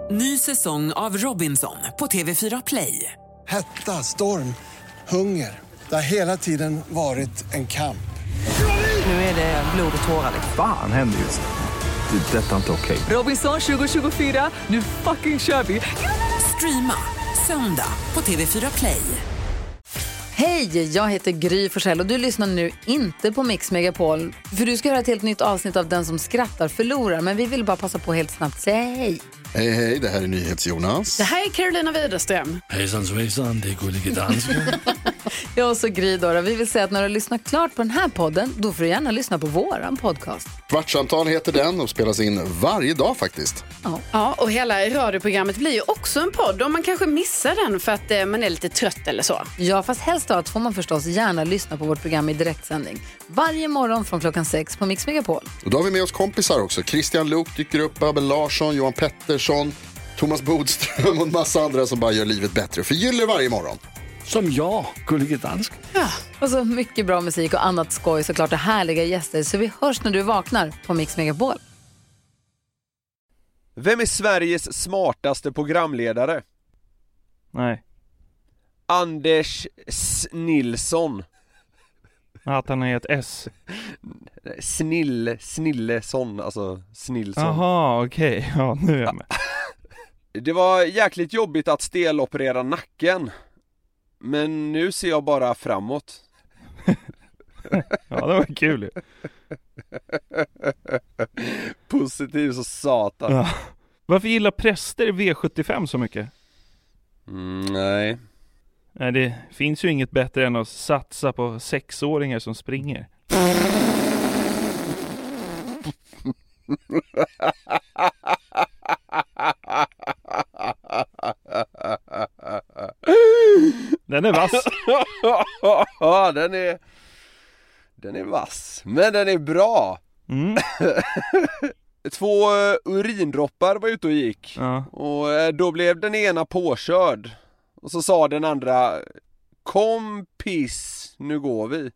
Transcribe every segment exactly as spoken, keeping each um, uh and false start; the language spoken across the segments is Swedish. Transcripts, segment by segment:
Ny säsong av Robinson på T V fyra Play. Hetta, storm, hunger. Det har hela tiden varit en kamp. Nu är det blod och tårar. Fan händer just det. Det är detta inte okej. Robinson tjugo tjugofyra, nu fucking kör vi. Streama söndag på T V fyra Play. Hej, jag heter Gry Forssell och du lyssnar nu inte på Mix Megapol. För du ska höra ett helt nytt avsnitt av Den som skrattar förlorar. Men vi vill bara passa på helt snabbt. Säg hej. Hej, hej, det här är NyhetsJonas. Det här är Carolina Widerström. Hejsan svejsan, det är Gullige Dansken. Jag och så Gry då. Vi vill säga att när du lyssnar klart på den här podden, då får du gärna lyssna på våran podcast. Kvartsamtal heter den och spelas in varje dag faktiskt. Ja. Ja, och hela radioprogrammet blir ju också en podd. Om man kanske missar den för att eh, man är lite trött eller så. Ja, fast helst av allt får man förstås gärna lyssna på vårt program i direktsändning. Varje morgon från klockan sex på Mix Megapol. Och då har vi med oss kompisar också. Christian Luuk dyker upp, Abel Larsson, Johan Pettersson, Thomas Bodström och en massa andra som bara gör livet bättre. Förgyller varje morgon. Som jag, Gullige Dansken. Ja, och så mycket bra musik och annat skoj, såklart, och härliga gäster. Så vi hörs när du vaknar på Mix Megapol. Vem är Sveriges smartaste programledare? Nej. Anders S. Nilsson. Att han är ett S. Snill, Snillesson, alltså Snillson. Jaha, okej. Okay. Ja, nu är jag med. Det var jäkligt jobbigt att steloperera nacken. Men nu ser jag bara framåt. Ja, det var kul. Positiv så satan. Ja. Varför gillar präster V sjuttiofem så mycket? Mm, nej. Nej, det finns ju inget bättre än att satsa på sexåringar som springer. Den är vass. Ja, den är Den är vass, men den är bra. Mm. Två urindroppar var ute och gick. Ja. Och då blev den ena påkörd. Och så sa den andra: kom piss, nu går vi.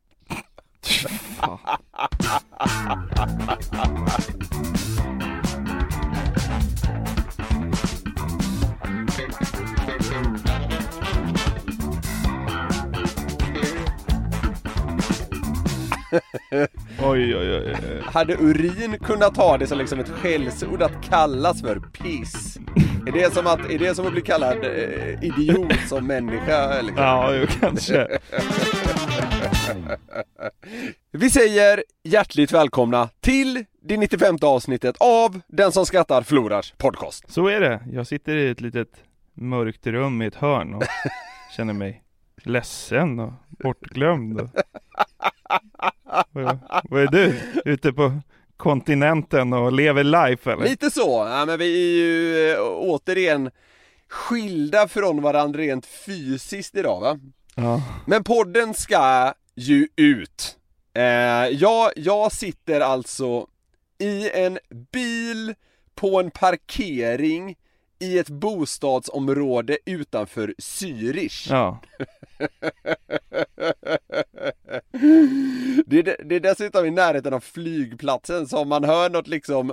Oj, oj, oj, oj. Hade urin kunnat ta det som liksom ett skällsord att kallas för piss? Är det som att, är det som att bli kallad eh, idiot som människa? Liksom? Ja, ju kanske. Vi säger hjärtligt välkomna till det nittiofemte avsnittet av Den som skrattar förlorar podcast. Så är det. Jag sitter i ett litet mörkt rum i ett hörn och känner mig ledsen och bortglömd. Och... Vad är du? Ute på kontinenten och lever life eller? Lite så. Ja, men vi är ju äh, återigen skilda från varandra rent fysiskt idag, va? Ja. Men podden ska ju ut. Eh, jag, jag sitter alltså i en bil på en parkering i ett bostadsområde utanför Zürich. Ja. det, är, det är dessutom i närheten av flygplatsen, så om man hör något liksom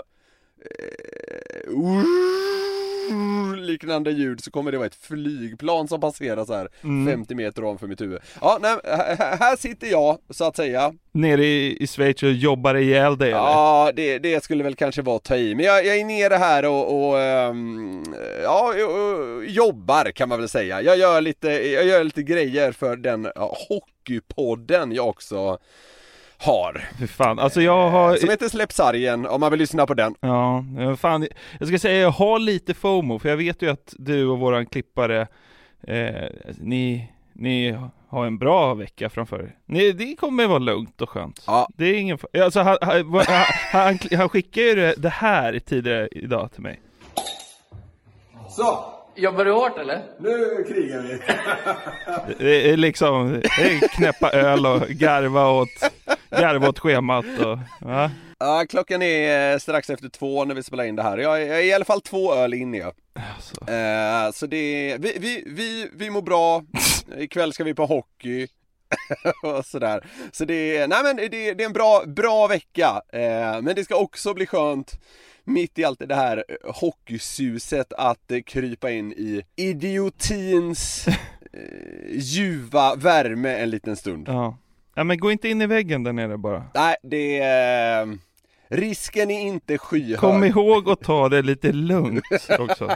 eh, liknande ljud så kommer det vara ett flygplan som passerar så här mm. femtio meter ovanför mitt huvud. Ja, nej, här sitter jag så att säga. Nere i, i Schweiz och jobbar ihjäl dig, eller? Ja, det, det skulle väl kanske vara att ta i. Men jag, jag är nere här och, och um, ja, och, jobbar kan man väl säga. Jag gör lite, jag gör lite grejer för den ja, hockeypodden jag också har. Fy fan, alltså jag har... Som heter Släpp sargen, om man vill lyssna på den. Ja, fan, jag ska säga jag har lite FOMO, för jag vet ju att du och våran klippare eh, ni, ni har en bra vecka framför. Ni, det kommer vara lugnt och skönt. Ja. Det är ingen... Alltså, han, han, han, han skickar ju det här tidigare idag till mig. Så! Jobbar du hårt eller? Nu krigar vi. Det är liksom det är knäppa öl och garva åt, garva åt schemat. Och, ja. Ja, klockan är strax efter två när vi spelar in det här. Jag är, jag är i alla fall två öl in ja. Alltså. Eh, så det vi, vi, vi, vi mår bra. Ikväll ska vi på hockey. och sådär. Så det är, nej men det, det är en bra, bra vecka. Eh, men det ska också bli skönt mitt i allt det här hockeysuset att krypa in i idiotins eh, ljuva värme en liten stund. Ja. Ja, men gå inte in i väggen där nere bara. Nej, det är... Eh, risken är inte skyhög. Kom ihåg att ta det lite lugnt också.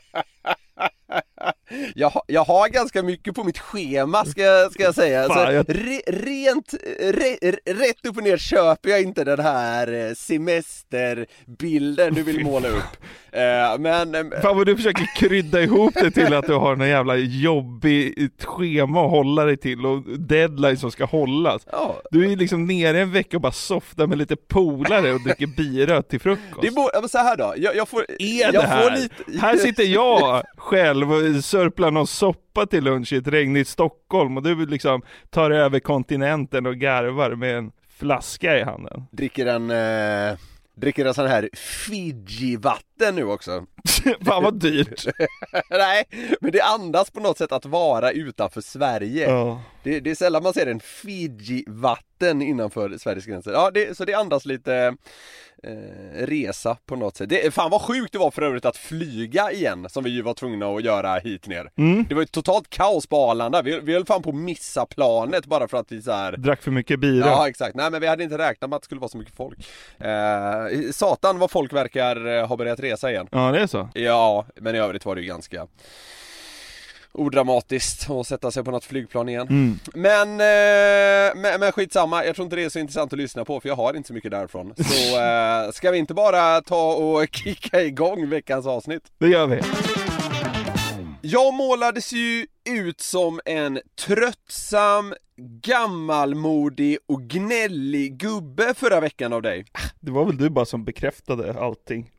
Jag, ha, jag har ganska mycket på mitt schema ska, ska jag säga. Fan, alltså, jag... re, rent re, rätt upp och ner köper jag inte den här semesterbilden du vill måla upp. uh, men uh, Fan vad du försöker krydda ihop det till att du har en jävla jobbig schema att hålla dig till och deadline som ska hållas. Ja. Du är liksom nere en vecka och bara softar med lite polare och dricker bira till frukost. Det borde, så här då. Jag, jag får, är jag det här? Får lite... Här sitter jag själv och sörplar någon soppa till lunch i ett regnigt Stockholm och du liksom tar över kontinenten och garvar med en flaska i handen. Dricker en eh, dricker en sån här Fiji-vatten nu också. Fan vad dyrt. Nej, men det andas på något sätt att vara utanför Sverige. Oh. Det, det är sällan man ser en Fiji-vatten innanför Sveriges gränser. Ja, det, så det andas lite eh, resa på något sätt. Det, fan vad sjukt det var för övrigt att flyga igen, som vi ju var tvungna att göra hit ner. Mm. Det var ju totalt kaos på Arlanda. Vi, vi höll fan på att missa planet bara för att vi så här... drack för mycket bira. Ja, exakt. Nej, men vi hade inte räknat med att det skulle vara så mycket folk. Eh, satan vad folk verkar ha börjat resa igen. Ja, det är så. Ja, men i övrigt var det ju ganska odramatiskt att sätta sig på något flygplan igen. Mm. Men, eh, men, men skitsamma, jag tror inte det är så intressant att lyssna på för jag har inte så mycket därifrån. Så eh, ska vi inte bara ta och kicka igång veckans avsnitt? Det gör vi. Jag målades ju ut som en tröttsam, gammalmodig och gnällig gubbe förra veckan av dig. Det var väl du bara som bekräftade allting.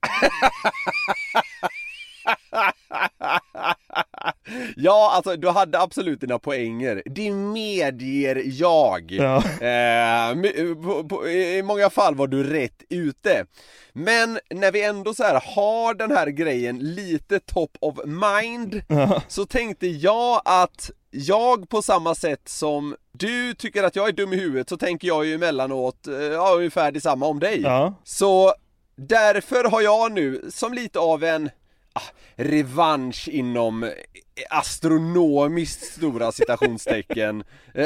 Ja, alltså du hade absolut dina poänger. Det medger jag. Ja. eh, på, på, I många fall var du rätt ute. Men när vi ändå så här har den här grejen lite top of mind, ja. Så tänkte jag att jag på samma sätt som du tycker att jag är dum i huvudet, så tänker jag ju emellanåt ja, ungefär detsamma om dig. Ja. Så därför har jag nu som lite av en ah, revansch inom astronomiskt stora citationstecken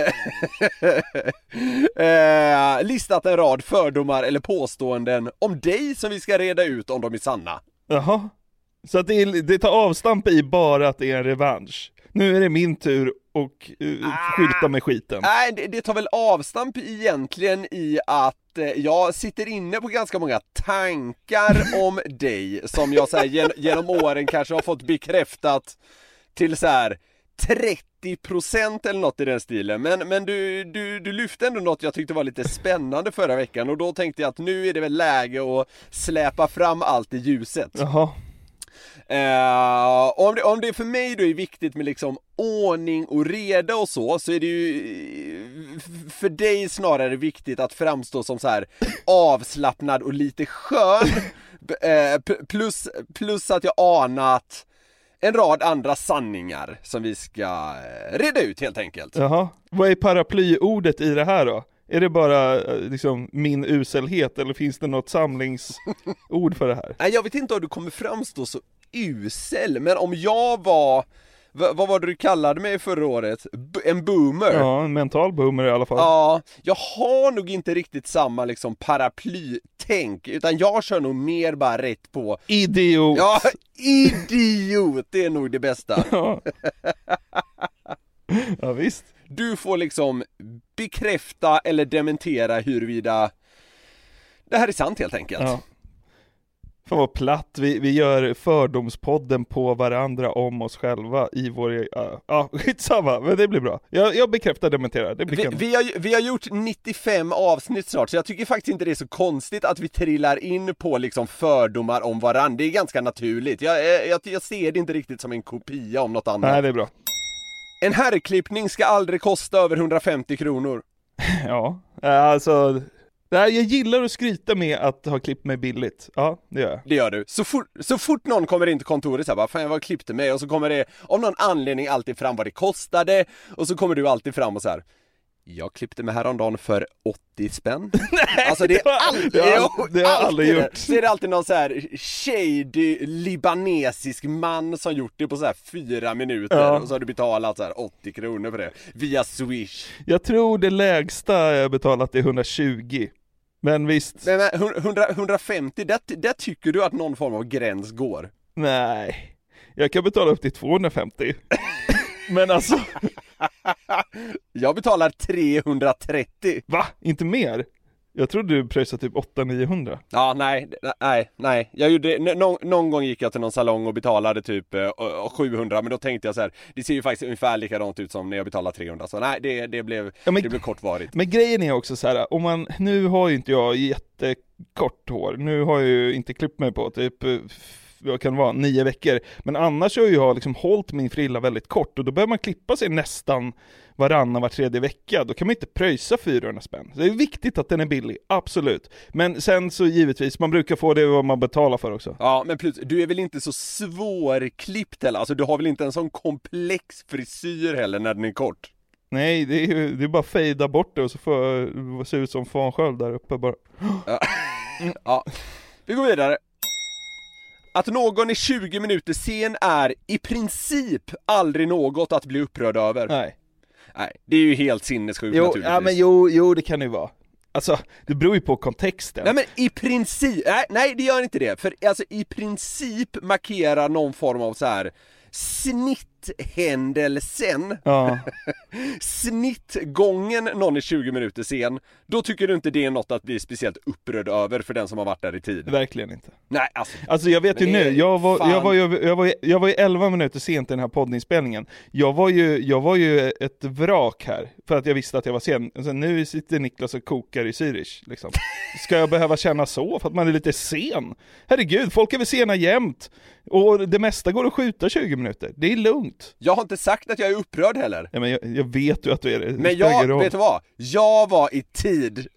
eh, listat en rad fördomar eller påståenden om dig som vi ska reda ut om de är sanna. Jaha, så att det, det tar avstamp i bara att det är en revansch. Nu är det min tur och uh, skylta med skiten. Nej, det, det tar väl avstamp egentligen i att eh, jag sitter inne på ganska många tankar om dig som jag så här, gen, genom åren kanske har fått bekräftat till så här trettio procent eller något i den stilen. Men, men du, du, du lyfte ändå något jag tyckte var lite spännande förra veckan och då tänkte jag att nu är det väl läge att släpa fram allt i ljuset. Jaha. Uh, om, det, om det för mig då är viktigt med liksom ordning och reda och så, så är det ju för dig snarare viktigt att framstå som så här avslappnad och lite skön. uh, plus, plus att jag anat en rad andra sanningar som vi ska reda ut helt enkelt. Jaha, vad är paraplyordet i det här då? Är det bara liksom min uselhet eller finns det något samlingsord för det här? Nej, jag vet inte om du kommer framstå så usel, men om jag var, vad var det du kallade mig förra året? B- en boomer. Ja, en mental boomer i alla fall. Ja, jag har nog inte riktigt samma liksom paraplytänk, utan jag kör nog mer bara rätt på idiot. Ja, idiot, det är nog det bästa. Ja, ja visst. Du får liksom bekräfta eller dementera huruvida det här är sant helt enkelt. Ja. Fan vad platt, vi, vi gör fördomspodden på varandra om oss själva i vår... Ja, ja skitsamma, men det blir bra. Jag, jag bekräftar, dementerar. Det blir vi, vi, har, vi har gjort nittiofem avsnitt snart, så jag tycker faktiskt inte det är så konstigt att vi trillar in på liksom fördomar om varandra. Det är ganska naturligt. Jag, jag, jag ser det inte riktigt som en kopia om något annat. Nej, det är bra. En herrklippning ska aldrig kosta över hundrafemtio kronor. Ja, alltså... Jag gillar att skryta med att ha klippt mig billigt. Ja, det gör jag. Det gör du. Så fort, så fort någon kommer in till kontoret så här, bara, fan jag var klippte mig, och så kommer det om någon anledning alltid fram vad det kostade, och så kommer du alltid fram och så här, Jag klippte mig häromdagen för åttio spänn. Alltså det är alltid, det har, det har jag aldrig gjort. Så är det alltid någon så här shady libanesisk man som gjort det på så här fyra minuter. Ja. Och så har du betalat så här åttio kronor för det via Swish. Jag tror det lägsta jag betalat är hundratjugo. Men visst. Men, men hundra, hundrafemtio, där, där tycker du att någon form av gräns går? Nej, jag kan betala upp till tvåhundrafemtio. Men alltså jag betalar trehundratrettio. Va? Inte mer? Jag trodde du pröjsade typ åtta niohundra. Ja, nej, nej, nej. Jag gjorde, någon, någon gång gick jag till någon salong och betalade typ uh, sjuhundra. Men då tänkte jag så här, det ser ju faktiskt ungefär likadant ut som när jag betalade trehundra. Så nej, det, det, blev, ja, men, det blev kortvarigt. Men grejen är också så här, om man, nu har ju inte jag jättekort hår. Nu har jag ju inte klippt mig på typ... vad kan det vara, nio veckor. Men annars har jag liksom hållit min frilla väldigt kort. Och då behöver man klippa sig nästan varannan var tredje vecka. Då kan man inte pröjsa fyrahundra spänn. Så det är viktigt att den är billig, absolut. Men sen så givetvis, man brukar få det vad man betalar för också. Ja, men plus, du är väl inte så svårklippt heller? Alltså du har väl inte en sån komplex frisyr heller när den är kort? Nej, det är ju det är bara fejda bort det och så får jag se ut som fansköld där uppe bara. Ja. Ja, vi går vidare. Att någon är tjugo minuter sen är i princip aldrig något att bli upprörd över. Nej. Nej, det är ju helt sinnessjukt jo, naturligtvis. Ja, men jo, jo, det kan det ju vara. Alltså, det beror ju på kontexten. Nej, men i princip, nej, nej det gör inte det. För alltså i princip markerar någon form av så här snitthändelsen. Ja. Snittgången någon är tjugo minuter sen. Då tycker du inte det är något att bli speciellt upprörd över för den som har varit där i tid. Verkligen inte. Nej, alltså. Alltså jag vet ju nu, jag var, jag var ju jag var, jag var ju elva minuter sent i den här poddinspelningen. Jag var ju jag var ju ett vrak här för att jag visste att jag var sen. Alltså, nu sitter Niklas och kokar i Zürich liksom. Ska jag behöva känna så för att man är lite sen? Herregud, folk är väl sena jämt. Och det mesta går att skjuta tjugo minuter. Det är lugnt. Jag har inte sagt att jag är upprörd heller. Ja, men jag, jag vet ju att du är det. Det men jag, vet du vad? Jag var i tid.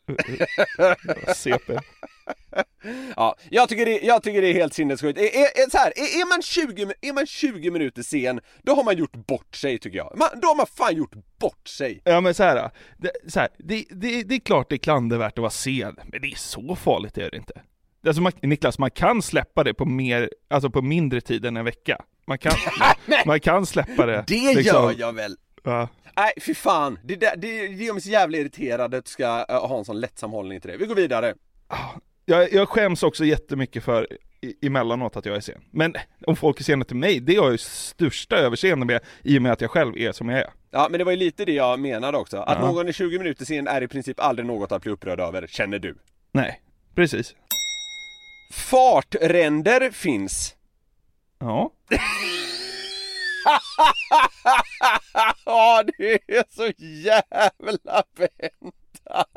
C P. Ja, jag tycker det, jag tycker det är helt sinnessjukt. Är, är, är, så här, är, är, man tjugo, är man tjugo minuter sen, då har man gjort bort sig tycker jag. Man, då har man fan gjort bort sig. Ja, men så här, det, så här, det, det, det är klart det är klandervärt att vara sen, men det är så farligt är det inte. Alltså man, Niklas, man kan släppa det på mer, alltså på mindre tid än en vecka. Man kan, man kan släppa det. Det liksom. Gör jag väl. Ja. Nej, fy fan. Det, det, det gör mig så jävla irriterad att du ska uh, ha en sån lättsam hållning till det. Vi går vidare. Jag, jag skäms också jättemycket för i, emellanåt att jag är sen. Men om folk är sena till mig, det har jag ju största överseende med i och med att jag själv är som jag är. Ja, men det var ju lite det jag menade också. Att ja. någon är tjugo minuter sen är i princip aldrig något att bli upprörd över, känner du? Nej, precis. Fartränder finns. Ja. Ja, det är så jävla väntat.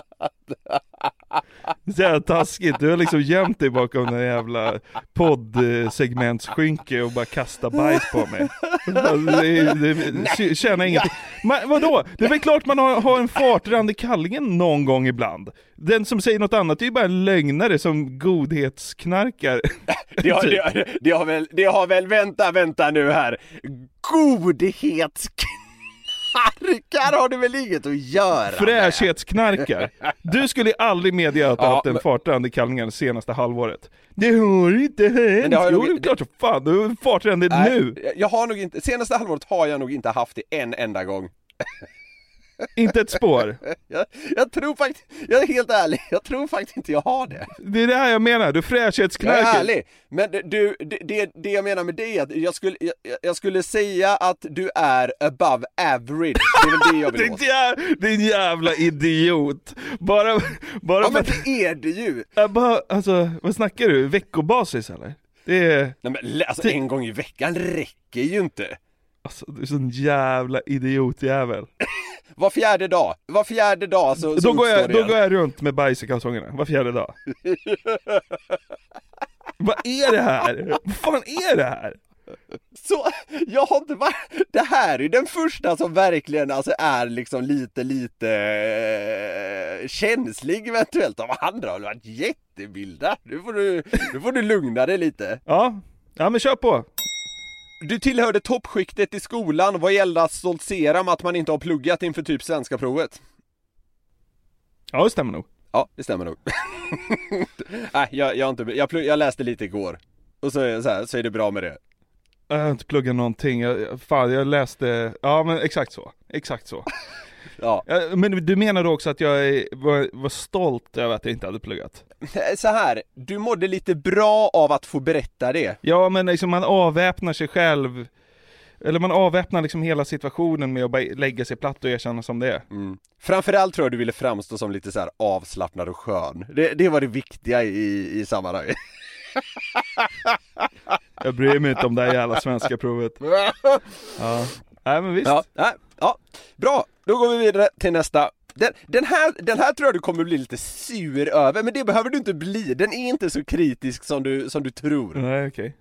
Det är taskigt, du har liksom gömt dig bakom den jävla poddsegmentsskynke och bara kasta bajs på mig. Det, det, det känner ingenting. Men vadå? Det är väl klart man har, har en fartrand i kallingen någon gång ibland. Den som säger något annat är ju bara en lögnare som godhetsknarkar. Det har, det, det har väl, det har väl, vänta, vänta nu här. Godhetsknarkar har du väl inget att göra med. Fräschhetsknarkar. Du skulle aldrig medge att du ja, haft en men... fartrand i kallingen senaste halvåret. Det har inte hänt. Det har jo, nog... det är klart så fan, du har fartrand nu. Jag har nog inte, senaste halvåret har jag nog inte haft det en enda gång. Inte ett spår. jag, jag tror faktiskt, jag är helt ärlig, jag tror faktiskt inte jag har det. Det är det här jag menar, du fräschhetsknarkar. Jag är ärlig, men du, det, det, det jag menar med det är att jag skulle, jag, jag skulle säga att du är above average. Det är väl det jag vill åt. Det är en jävla idiot. Bara, bara ja, men det är det ju. Bara, alltså, vad snackar du? Veckobasis eller? Det är... Nej, men alltså en gång i veckan räcker ju inte. Alltså, du är sån jävla idiotjävel. Var fjärde dag, var fjärde dag så, så då, går jag, då går jag runt med bajs i kalsongerna, var fjärde dag. Vad är det här? Vad fan är det här? Så, jag har inte varit... Det här är den första som verkligen alltså, är liksom lite, lite eh, känslig eventuellt. De andra har varit jättebilda. Nu får du, nu får du lugna dig lite. Ja, ja men kör på. Du tillhörde toppskiktet i skolan vad gällde att stoltsera med att man inte har pluggat inför typ svenska provet. Ja, det stämmer nog. Ja, det stämmer nog. Nej, jag, jag, har inte, jag, plugg, jag läste lite igår. Och så är, så, här, så är det bra med det. Jag har inte pluggat någonting. Jag, fan, jag läste... Ja, men exakt så. Exakt så. Ja. Men du menar då också att jag var, var stolt över att jag inte hade pluggat? Så här, du mådde lite bra av att få berätta det. Ja, men liksom man avväpnar sig själv. Eller man avväpnar liksom hela situationen med att bara lägga sig platt och erkänna som det är. Mm. Framförallt tror jag du ville framstå som lite så här avslappnad och skön. Det, det var det viktiga i, i sammanhanget. Jag bryr mig inte om det här jävla svenska provet. Ja, nej men visst. Ja, ja, ja. Bra, då går vi vidare till nästa. Den, den, här, den här tror jag du kommer bli lite sur över, men det behöver du inte bli. Den är inte så kritisk som du, som du tror. Nej, okej.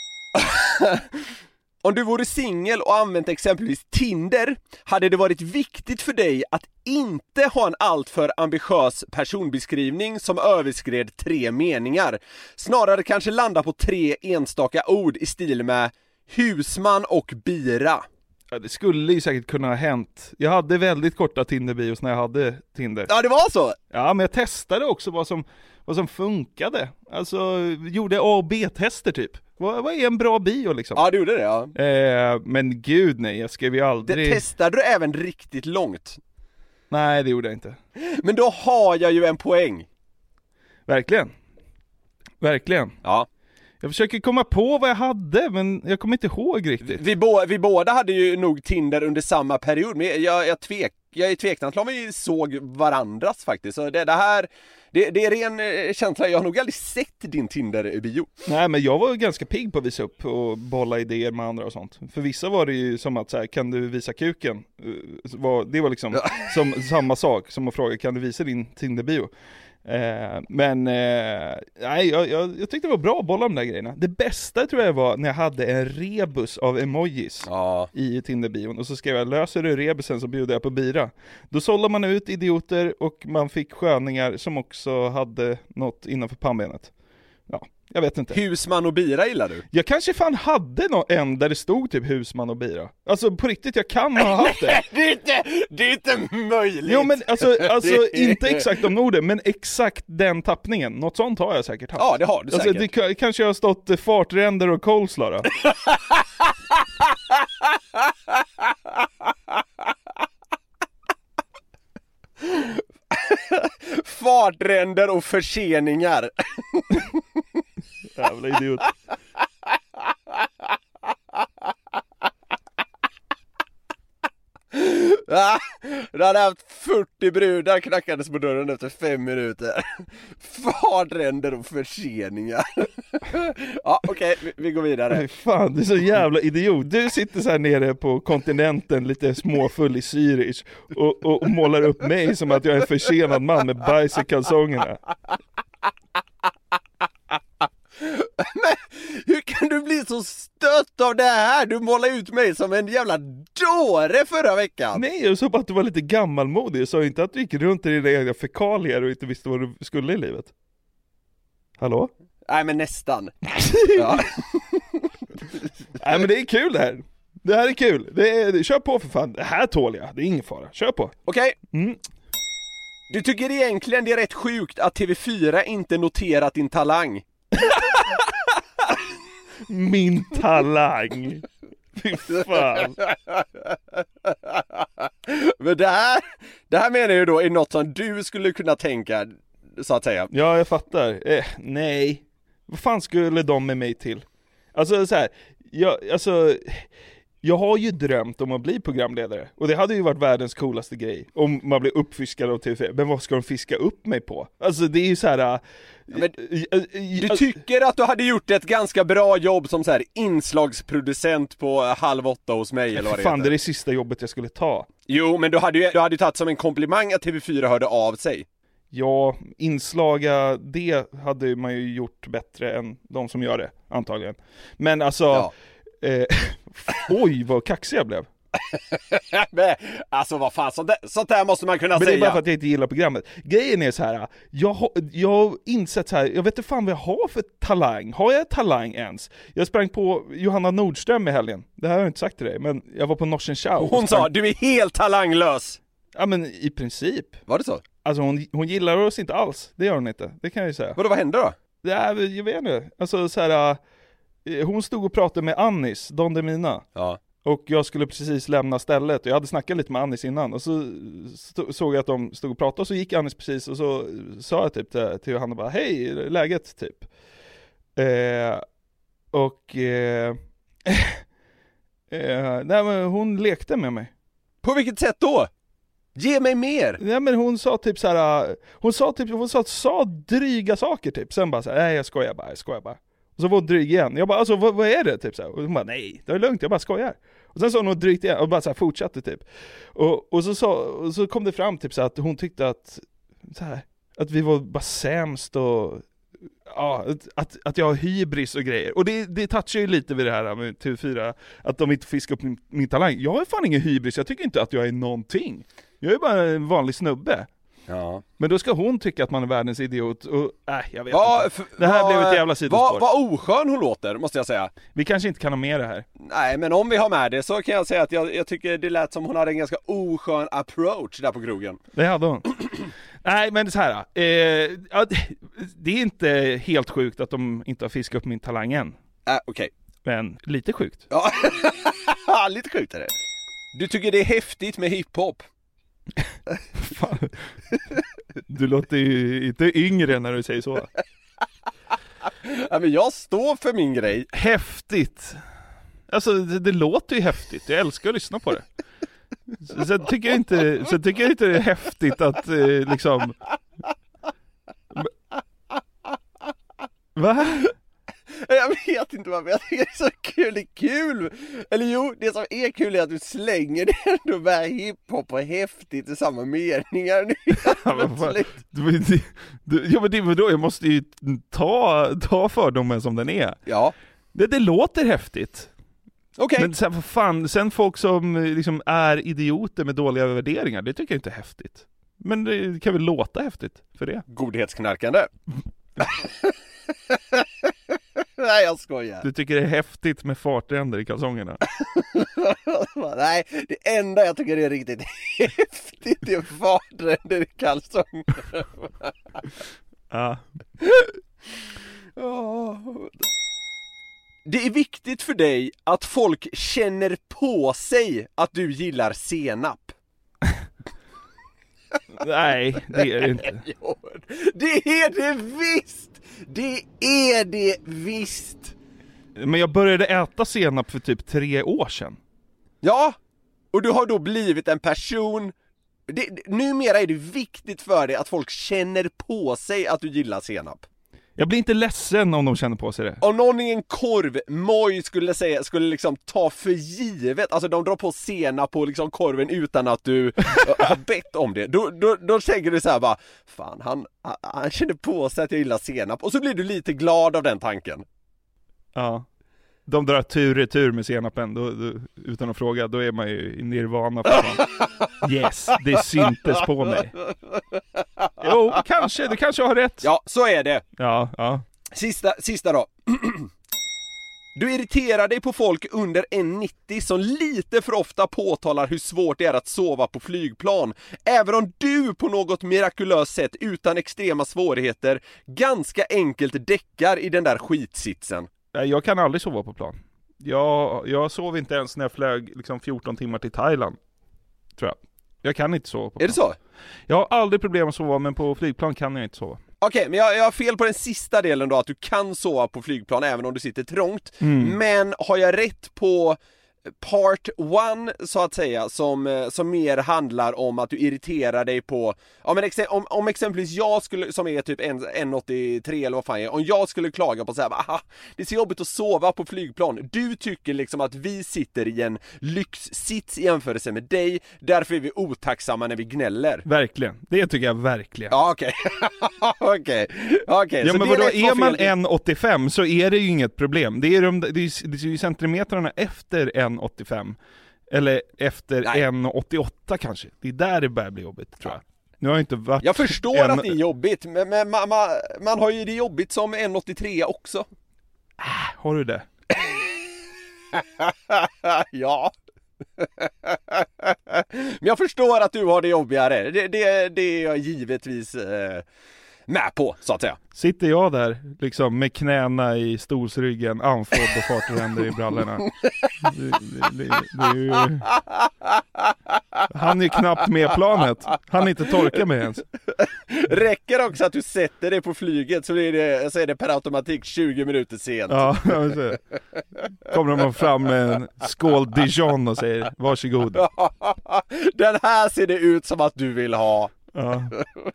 Okay. Om du vore singel och använt exempelvis Tinder, hade det varit viktigt för dig att inte ha en alltför ambitiös personbeskrivning som överskred tre meningar. Snarare kanske landa på tre enstaka ord i stil med husman och bira. Ja, det skulle ju säkert kunna ha hänt. Jag hade väldigt korta Tinder-bios när jag hade Tinder. Ja, det var så? Ja, men jag testade också vad som, vad som funkade. Alltså, gjorde A och B-tester typ. Vad, vad är en bra bio liksom? Ja, du gjorde det, ja. Eh, men gud nej, jag skrev ju aldrig... Det testade du även riktigt långt? Nej, det gjorde jag inte. Men då har jag ju en poäng. Verkligen. Verkligen. Ja. Jag försöker komma på vad jag hade, men jag kommer inte ihåg riktigt. Vi, bo- vi båda hade ju nog Tinder under samma period, men jag, jag, tvek, jag är tveksam till om vi såg varandras faktiskt. Så det, det här, det, det är ren känsla, jag har nog aldrig sett din Tinder-bio. Nej, men jag var ganska pigg på att visa upp och bolla idéer med andra och sånt. För vissa var det ju som att så här, kan du visa kuken? Det var liksom ja. som, samma sak som att fråga, kan du visa din Tinder-bio? Eh, men eh, nej, jag, jag, jag tyckte det var bra att bolla de där grejerna. Det bästa tror jag var när jag hade en rebus av emojis ja. i Tinder-bion. Och så skrev jag, löser du rebusen så bjuder jag på bira. Då sålde man ut idioter och man fick sköningar som också hade något innanför pannbenet. Ja, jag vet inte. Husman och bira gillar du? Jag kanske fan hade någon, en där det stod typ husman och bira. Alltså på riktigt, jag kan ha haft det. det, är inte, det är inte möjligt. Jo men alltså, alltså inte exakt om orden, men exakt den tappningen. Något sånt har jag säkert haft. Ja, det har du alltså, säkert. Det, kanske jag har stått fartränder och coleslaw då. Fartränder och förseningar. Jävla idiot. Ja, du hade haft fyrtio brudar knackades på dörren efter fem minuter. Fartränder och förseningar. Ja, okej, okay, vi, vi går vidare. Nej, fan, du är så jävla idiot. Du sitter så här nere på kontinenten lite småfull i Zürich och, och, och målar upp mig som att jag är en försenad man med bajs i kalsongerna. Men hur kan du bli så stött av det här? Du målar ut mig som en jävla dåre förra veckan. Nej, jag sa bara att du var lite gammalmodig. Jag sa inte att du gick runt i dina egna fekalier och inte visste vad du skulle i livet. Hallå? Nej, men nästan. Ja. Nej, men det är kul det här. Det här är kul. Det är, kör på för fan. Det här tål jag. Det är ingen fara. Kör på. Okej. Okay. Mm. Du tycker egentligen det är rätt sjukt att T V fyra inte noterat din talang. Min talang. Fy fan. Men det här, det här menar jag då är något som du skulle kunna tänka, så att säga. Ja, jag fattar. Eh, nej. Vad fan skulle de med mig till? Alltså så här, jag, alltså, jag har ju drömt om att bli programledare. Och det hade ju varit världens coolaste grej om man blir uppfiskad av T V fyra. Men vad ska de fiska upp mig på? Alltså det är ju så här. Men, du tycker att du hade gjort ett ganska bra jobb som så här inslagsproducent på halv åtta hos mig eller vad det fan, heter. det är det sista jobbet jag skulle ta. Jo, men du hade ju du hade ju tagit som en komplimang att T V fyra hörde av sig. Ja, inslaga, det hade man ju gjort bättre än de som gör det, antagligen. Men alltså, ja. eh, oj vad kaxig jag blev. Men, alltså vad fan, sånt där, sånt där måste man kunna Men säga. det är bara för att jag inte gillar programmet. Grejen är så här, jag har, jag har insett så här, jag vet inte fan vad jag har för talang. Har jag talang ens? Jag sprang på Johanna Nordström i helgen. Det här har jag inte sagt till dig, men jag var på Norsen Chow. Hon sa, du är helt talanglös. Ja, men i princip. Var det så? Alltså hon, hon gillar oss inte alls. Det gör hon inte, det kan jag ju säga. Vadå, vad hände då? Det är, jag vet inte. Alltså så här, hon stod och pratade med Annis, Don Demina. Ja. Och jag skulle precis lämna stället. Jag hade snackat lite med Annis innan. Och så stod, såg jag att de stod och pratade. Och så gick Annis precis. Och så sa jag typ till, till Johanna bara, hej, läget typ. Eh, och eh, eh, nej, men hon lekte med mig. På vilket sätt då? Ge mig mer. Nej, men hon sa typ så här, hon sa typ hon sa, sa dryga saker typ. Sen bara så här, nej jag skojar bara, jag skojar bara. Och så var hon dryg igen. Jag bara, alltså vad, vad är det typ så här? Och hon bara, nej, det är lugnt, jag bara skojar. Och sen sa hon något drygt igen och bara så här fortsatte typ. Och, och, så, sa, och så kom det fram typ så här, att hon tyckte att så här, att vi var bara sämst och ja, att, att jag har hybris och grejer. Och det, det touchar ju lite vid det här med T V fyra, att de inte fiskar upp min, min talang. Jag har fan ingen hybris, jag tycker inte att jag är någonting. Jag är bara en vanlig snubbe. Ja. Men då ska hon tycka att man är världens idiot och äh, jag vet va, inte. Det här va, blev ett jävla sidospår. Vad va oskön hon låter, måste jag säga. Vi kanske inte kan ha med det här. Nej, men om vi har med det så kan jag säga att jag, jag tycker det lät som hon hade en ganska oskön approach där på krogen. Det hade hon. Nej, men så här. Eh, ja, det är inte helt sjukt att de inte har fiskat upp min talang än. Äh, okej. Okay. Men lite sjukt. Ja, lite sjukt är det. Du tycker det är häftigt med hiphop? Fan. Du låter ju inte yngre när du säger så. Ja, men jag står för min grej. Häftigt. Alltså det, det låter ju häftigt. Jag älskar att lyssna på det. Sen tycker jag inte, sen tycker jag inte det är häftigt att eh, liksom. Va? Jag vet inte vad, men jag tycker det är så kul, det är kul. Eller jo, det som är kul är att du slänger det ändå med hiphop och häftigt i samma meningar nu. Ja, men fan, du, du, ja men det var då, jag måste ju ta, ta fördomen som den är. Ja. Det, det låter häftigt. Okej. Men sen, vad fan, sen folk som liksom är idioter med dåliga värderingar, det tycker jag inte är häftigt. Men det kan väl låta häftigt för det. Godhetsknarkande. Nej, jag skojar. Du tycker det är häftigt med fartränder i kalsongerna? Nej, det enda jag tycker är riktigt häftigt är fartränder i kalsongerna. Ja. Det är viktigt för dig att folk känner på sig att du gillar senap. Nej, det är det inte. Det är det visst! Det är det visst! Men jag började äta senap för typ tre år sedan. Ja, och du har då blivit en person. Det, numera är det viktigt för dig att folk känner på sig att du gillar senap. Jag blir inte ledsen om de känner på sig det. Om någon i en korv, Moj skulle säga, skulle liksom ta för givet, alltså de drar på senap på liksom korven utan att du har bett om det. Då, då, då tänker du så här bara, fan han, han känner på sig att jag gillar senap. Och så blir du lite glad av den tanken. Ja. De drar tur i tur med senapen då, då, utan att fråga, då är man ju i nirvana för yes, det syntes på mig. Jo, kanske, du kanske har rätt. Ja, så är det. Ja, ja. Sista, sista då. Du irriterar dig på folk under en nittio som lite för ofta påtalar hur svårt det är att sova på flygplan. Även om du på något mirakulöst sätt utan extrema svårigheter ganska enkelt däckar i den där skitsitsen. Jag kan aldrig sova på plan. Jag, jag sov inte ens när jag flög liksom fjorton timmar till Thailand, tror jag. Jag kan inte sova på plan. Är det så? Jag har aldrig problem att sova, men på flygplan kan jag inte sova. Okej, okay, men jag, jag har fel på den sista delen då, att du kan sova på flygplan även om du sitter trångt. Mm. Men har jag rätt på part one så att säga, som, som mer handlar om att du irriterar dig på, ja men ex- om, om exempelvis jag skulle, som är typ en komma åttiotre eller vad fan är, om jag skulle klaga på så här, aha, det är så jobbigt att sova på flygplan. Du tycker liksom att vi sitter i en lyxsits i jämförelse med dig, därför är vi otacksamma när vi gnäller. Verkligen, det tycker jag verkligen. Ja, okej. Okej. Okej. Ja, så men vadå, är, är man en komma åttiofem så är det ju inget problem. Det är, de, det är, det är ju centimetrarna efter en komma åttiofem Eller efter Nej. en åttioåtta kanske. Det är där det börjar bli jobbigt, tror jag. Nu har jag inte varit Jag förstår en... att det är jobbigt, men, men man, man, man har ju det jobbigt som en åttiotre också. Har du det? Ja. Men jag förstår att du har det jobbigare. Det, det, det är jag givetvis eh, med på, så att säga. Sitter jag där liksom med knäna i stolsryggen, andfådd och fartränder i brallorna. Det, det, det, det är ju... Han är knappt med planet. Han inte torka med ens. Räcker också att du sätter dig på flyget så är det, så är det per automatik tjugo minuter sent. Ja, kommer de fram med en skål Dijon och säger varsågod. Den här ser det ut som att du vill ha. Ja.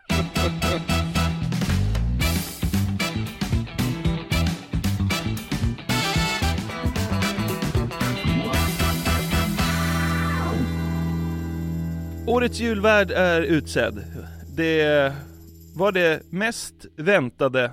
Årets julvärd är utsedd. Det var det mest väntade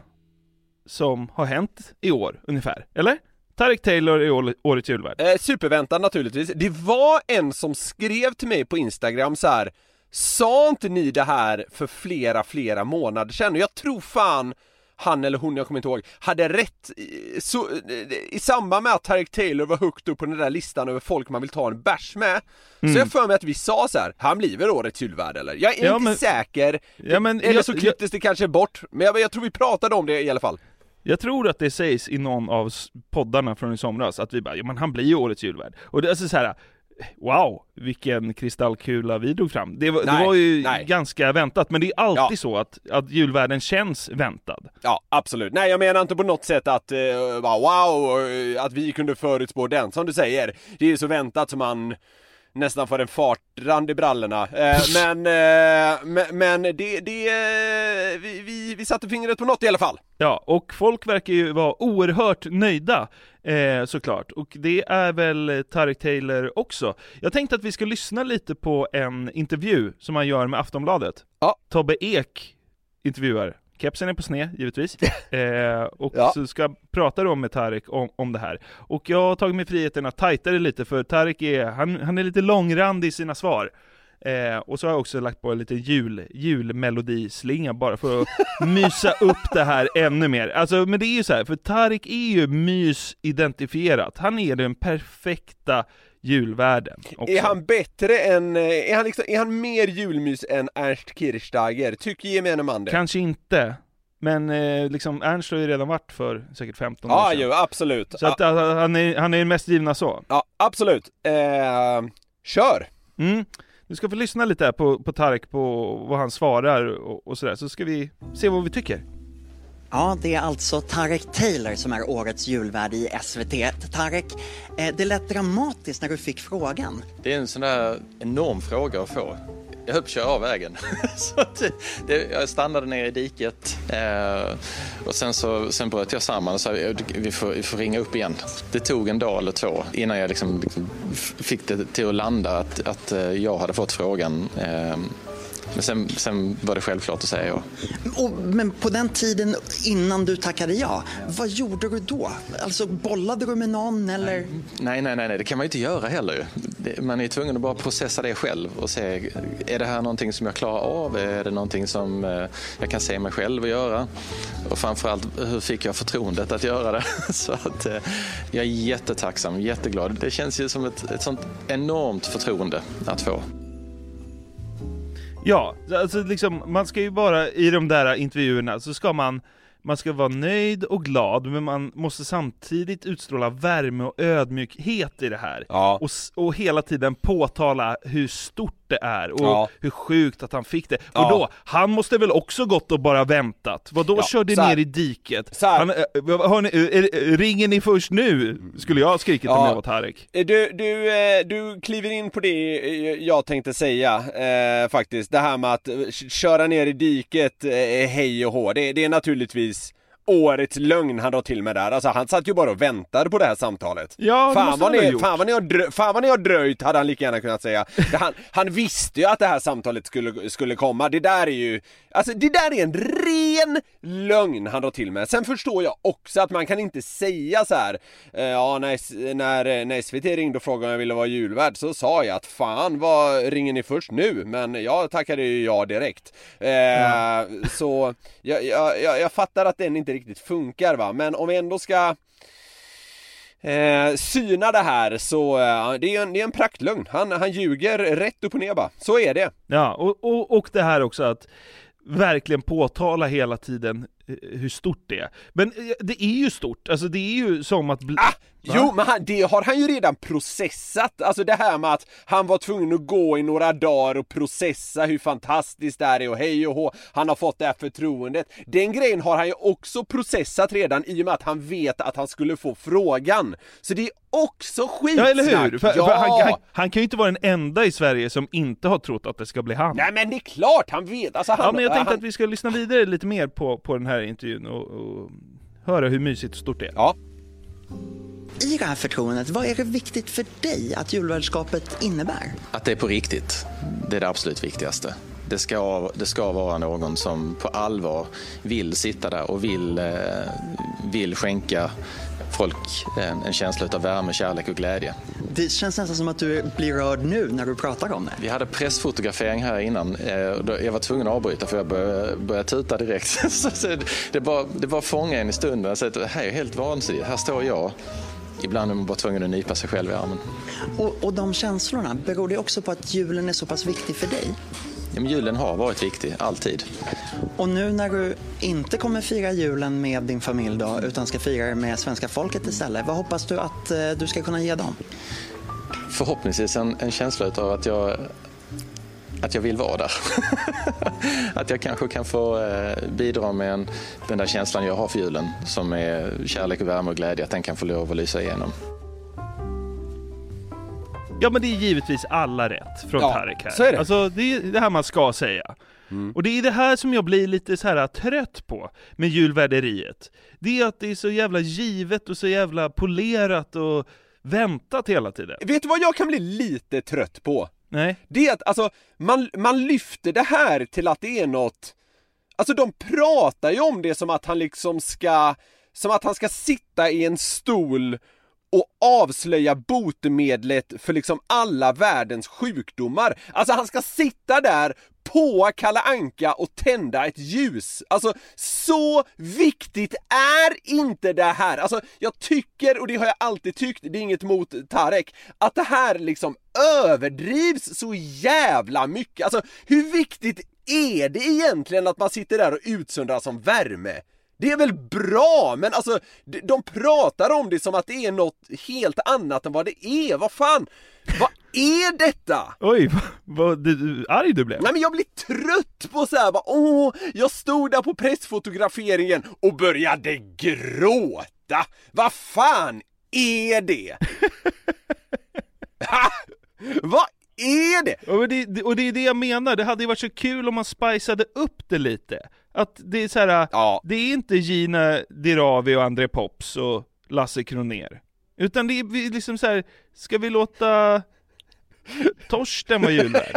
som har hänt i år, ungefär. Eller? Tarek Taylor är årets julvärd. Eh, superväntan naturligtvis. Det var en som skrev till mig på Instagram så här: sa inte ni det här för flera, flera månader sedan? Och jag tror fan han eller hon, jag kommer inte ihåg, hade rätt i, så, i samband med att Tarek Taylor var högt upp på den där listan över folk man vill ta en bärs med. Mm. Så jag för mig att vi sa så här: han blir väl årets julvärd, eller? Jag är ja, inte men, säker. Ja, men, eller jag, så klipptes det kanske bort. Men jag, jag tror vi pratade om det i alla fall. Jag tror att det sägs i någon av poddarna från i somras att vi bara, ja men han blir ju årets julvärd. Och det är alltså så här: wow, vilken kristallkula vi drog fram. Det var, nej, det var ju nej. ganska väntat, men det är alltid ja. så att, att julvärden känns väntad. Ja, absolut. Nej, jag menar inte på något sätt att uh, wow, att vi kunde förutspå den. Som du säger, det är så väntat som man nästan får en fartrand i brallorna. Uh, men uh, men, men det, det uh, vi, vi, vi satte fingret på något i alla fall. Ja, och folk verkar ju vara oerhört nöjda, eh, såklart. Och det är väl Tarek Taylor också. Jag tänkte att vi ska lyssna lite på en intervju som han gör med Aftonbladet. Ja. Tobbe Ek intervjuar. Kepsen är på sned, givetvis. Eh, och ja. så ska jag prata då med Tarek om, om det här. Och jag har tagit mig friheten att tajta det lite, för Tarek är, han, han är lite långrandig i sina svar. Eh, och så har jag också lagt på en liten jul, julmelodislinga bara för att mysa upp det här ännu mer. Alltså, men det är ju så här, för Tarek är ju mys-identifierat. Han är den perfekta julvärden också. Är han bättre än, är han, liksom, är han mer julmys än Ernst Kirchsteiger? Tycker gemene man det? Kanske inte. Men eh, liksom Ernst har ju redan varit för säkert femton ja, år sedan. Ja, ju, absolut. Så att, ja. han är han är den mest givna så. Ja, absolut. Eh, kör! Mm. Du ska få lyssna lite här på, på Tarek, på vad han svarar och, och sådär, så ska vi se vad vi tycker. Ja, det är alltså Tarek Taylor som är årets julvärd i S V T. Tarek, eh, det lät dramatiskt när du fick frågan. Det är en sån där enorm fråga att få. Jag höll på att köra av vägen. så att det, jag stannade ner i diket eh, och sen, så, sen bröt jag samman och sa vi får, vi får ringa upp igen. Det tog en dag eller två innan jag liksom, liksom fick det till att landa att, att jag hade fått frågan. Eh, Men sen, sen var det självklart att säga ja. Och, men på den tiden innan du tackade ja, vad gjorde du då? Alltså bollade du med någon eller? Nej, nej, nej, nej. Det kan man ju inte göra heller. Man är tvungen att bara processa det själv och se, är det här någonting som jag klarar av? Är det någonting som jag kan se mig själv och göra? Och framförallt, hur fick jag förtroendet att göra det? Så att jag är jättetacksam, jätteglad. Det känns ju som ett, ett sånt enormt förtroende att få. Ja, alltså liksom, man ska ju bara i de där intervjuerna så ska man man ska vara nöjd och glad, men man måste samtidigt utstråla värme och ödmjukhet i det här. Ja. Och, och hela tiden påtala hur stort det är och ja. hur sjukt att han fick det. Ja. Och då, han måste väl också gått och bara väntat. Vad då ja, körde ner i diket? Han, äh, hör ni, äh, ringer ni först nu? Skulle jag ha skrikit ja. om jag var Tarek. Du, du, du kliver in på det jag tänkte säga eh, faktiskt. Det här med att köra ner i diket eh, hej och hå. Det, det är naturligtvis årets lögn han drar till med där. Alltså han satt ju bara och väntade på det här samtalet. Ja, det fan, måste vad han ha ni, gjort. fan, vad ni har drö- fan vad ni har dröjt, hade han lika gärna kunnat säga. han, han visste ju att det här samtalet skulle, skulle komma. Det där är ju, alltså det där är en ren lögn han drar till med. Sen förstår jag också att man kan inte säga så här. Eh, ja, när, när, när S V T ringde och frågade om jag ville vara julvärd, så sa jag att fan, vad ringer ni först nu? Men jag tackade ju ja direkt. Eh, ja. Så jag, jag, jag, jag fattar att den inte riktigt funkar, va? Men om vi ändå ska eh, syna det här, så eh, det är en, det är en praktlögn. Han, han ljuger rätt upp och ner, va? Så är det. Ja, och, och, och det här också att verkligen påtala hela tiden hur stort det är. Men det är ju stort, alltså det är ju som att bli... Ah! Jo, men han, det har han ju redan processat. Alltså det här med att han var tvungen att gå i några dagar och processa hur fantastiskt det är och hej och hå. Han har fått det här förtroendet. Den grejen har han ju också processat redan, i och med att han vet att han skulle få frågan. Så det är också skitsnack. Ja, eller hur? För, ja. för han, han, han kan ju inte vara den enda i Sverige som inte har trott att det ska bli han. Nej, men det är klart, han vet. Alltså, han, ja, men jag tänkte han... att vi ska lyssna vidare lite mer på, på den här intervjun och, och höra hur mysigt och stort det är. Ja. I det här förtroendet, vad är det viktigt för dig att julvärdskapet innebär? Att det är på riktigt, det är det absolut viktigaste. Det ska, det ska vara någon som på allvar vill sitta där och vill, eh, vill skänka folk en, en känsla av värme, kärlek och glädje. Det känns nästan som att du blir rörd nu när du pratar om det. Vi hade pressfotografering här innan. Eh, jag var tvungen att avbryta för jag började, började tuta direkt. Så det bara det var fånga en i stunden. Så det här är helt vansinnigt. Här står jag. Ibland är man bara tvungen att nypa sig själv i armen. Och, och de känslorna, beror det också på att julen är så pass viktig för dig? Ja, men julen har varit viktig, alltid. Och nu när du inte kommer fira julen med din familj då, utan ska fira det med svenska folket istället, vad hoppas du att eh, du ska kunna ge dem? Förhoppningsvis en, en känsla av att jag, att jag vill vara där. Att jag kanske kan få eh, bidra med en, den där känslan jag har för julen, som är kärlek och värme och glädje, att den kan få lov att lysa igenom. Ja, men det är givetvis alla rätt från ja, Tarek här. Så är det. Alltså, det är det här man ska säga. Mm. Och det är det här som jag blir lite så här trött på med julvärderiet. Det är att det är så jävla givet och så jävla polerat och väntat hela tiden. Vet du vad jag kan bli lite trött på? Nej. Det är att alltså, man, man lyfter det här till att det är något... Alltså de pratar ju om det som att han liksom ska... Som att han ska sitta i en stol och avslöja botemedlet för liksom alla världens sjukdomar. Alltså han ska sitta där på Kalle Anka och tända ett ljus. Alltså så viktigt är inte det här. Alltså jag tycker, och det har jag alltid tyckt, det är inget mot Tarek, att det här liksom överdrivs så jävla mycket. Alltså hur viktigt är det egentligen att man sitter där och utsöndrar som värme? Det är väl bra, men alltså de pratar om det som att det är något helt annat än vad det är. Vad fan? Vad är detta? Oj, vad, vad du, arg du blev. Nej, men jag blir trött på så här, bara, åh, jag stod där på pressfotograferingen och började gråta. Vad fan är det? Vad är det? Och det? Och det är det jag menar, det hade ju varit så kul om man spiceade upp det lite. Att det är så här, ja. Det är inte Gina Dirawi och André Pops och Lasse Kroner. Utan det är liksom så här, ska vi låta Torsten vara julvärd?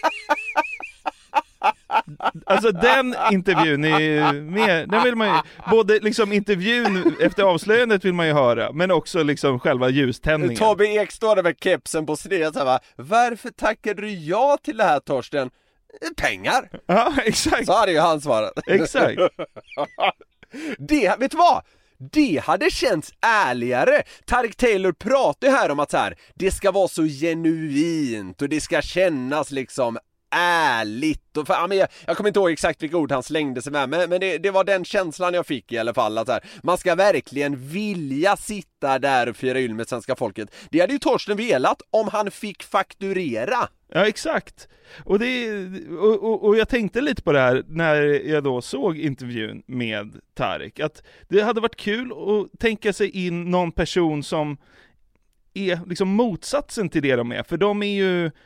Alltså den intervjun är mer, den vill man ju, både liksom intervjun efter avslöjandet vill man ju höra, men också liksom själva ljuständningen. Tobbe Ek står där med kepsen på sned så här, va? Varför tackade du ja till det här, Torsten? Pengar. Ja, exakt. Så hade ju han svarat. Exakt. Det, vet du vad? Det hade känts ärligare. Tarek Taylor pratar ju här om att så här, det ska vara så genuint och det ska kännas liksom ärligt och för, ja, men jag, jag kommer inte ihåg exakt vilka ord han slängde sig med, men, men det, det var den känslan jag fick i alla fall, att så här, man ska verkligen vilja sitta där och fira jul med svenska folket. Det hade ju Torsten velat om han fick fakturera. Ja, exakt. Och, det, och, och, och jag tänkte lite på det här när jag då såg intervjun med Tarek, att det hade varit kul att tänka sig in någon person som är liksom motsatsen till det de är, för de är ju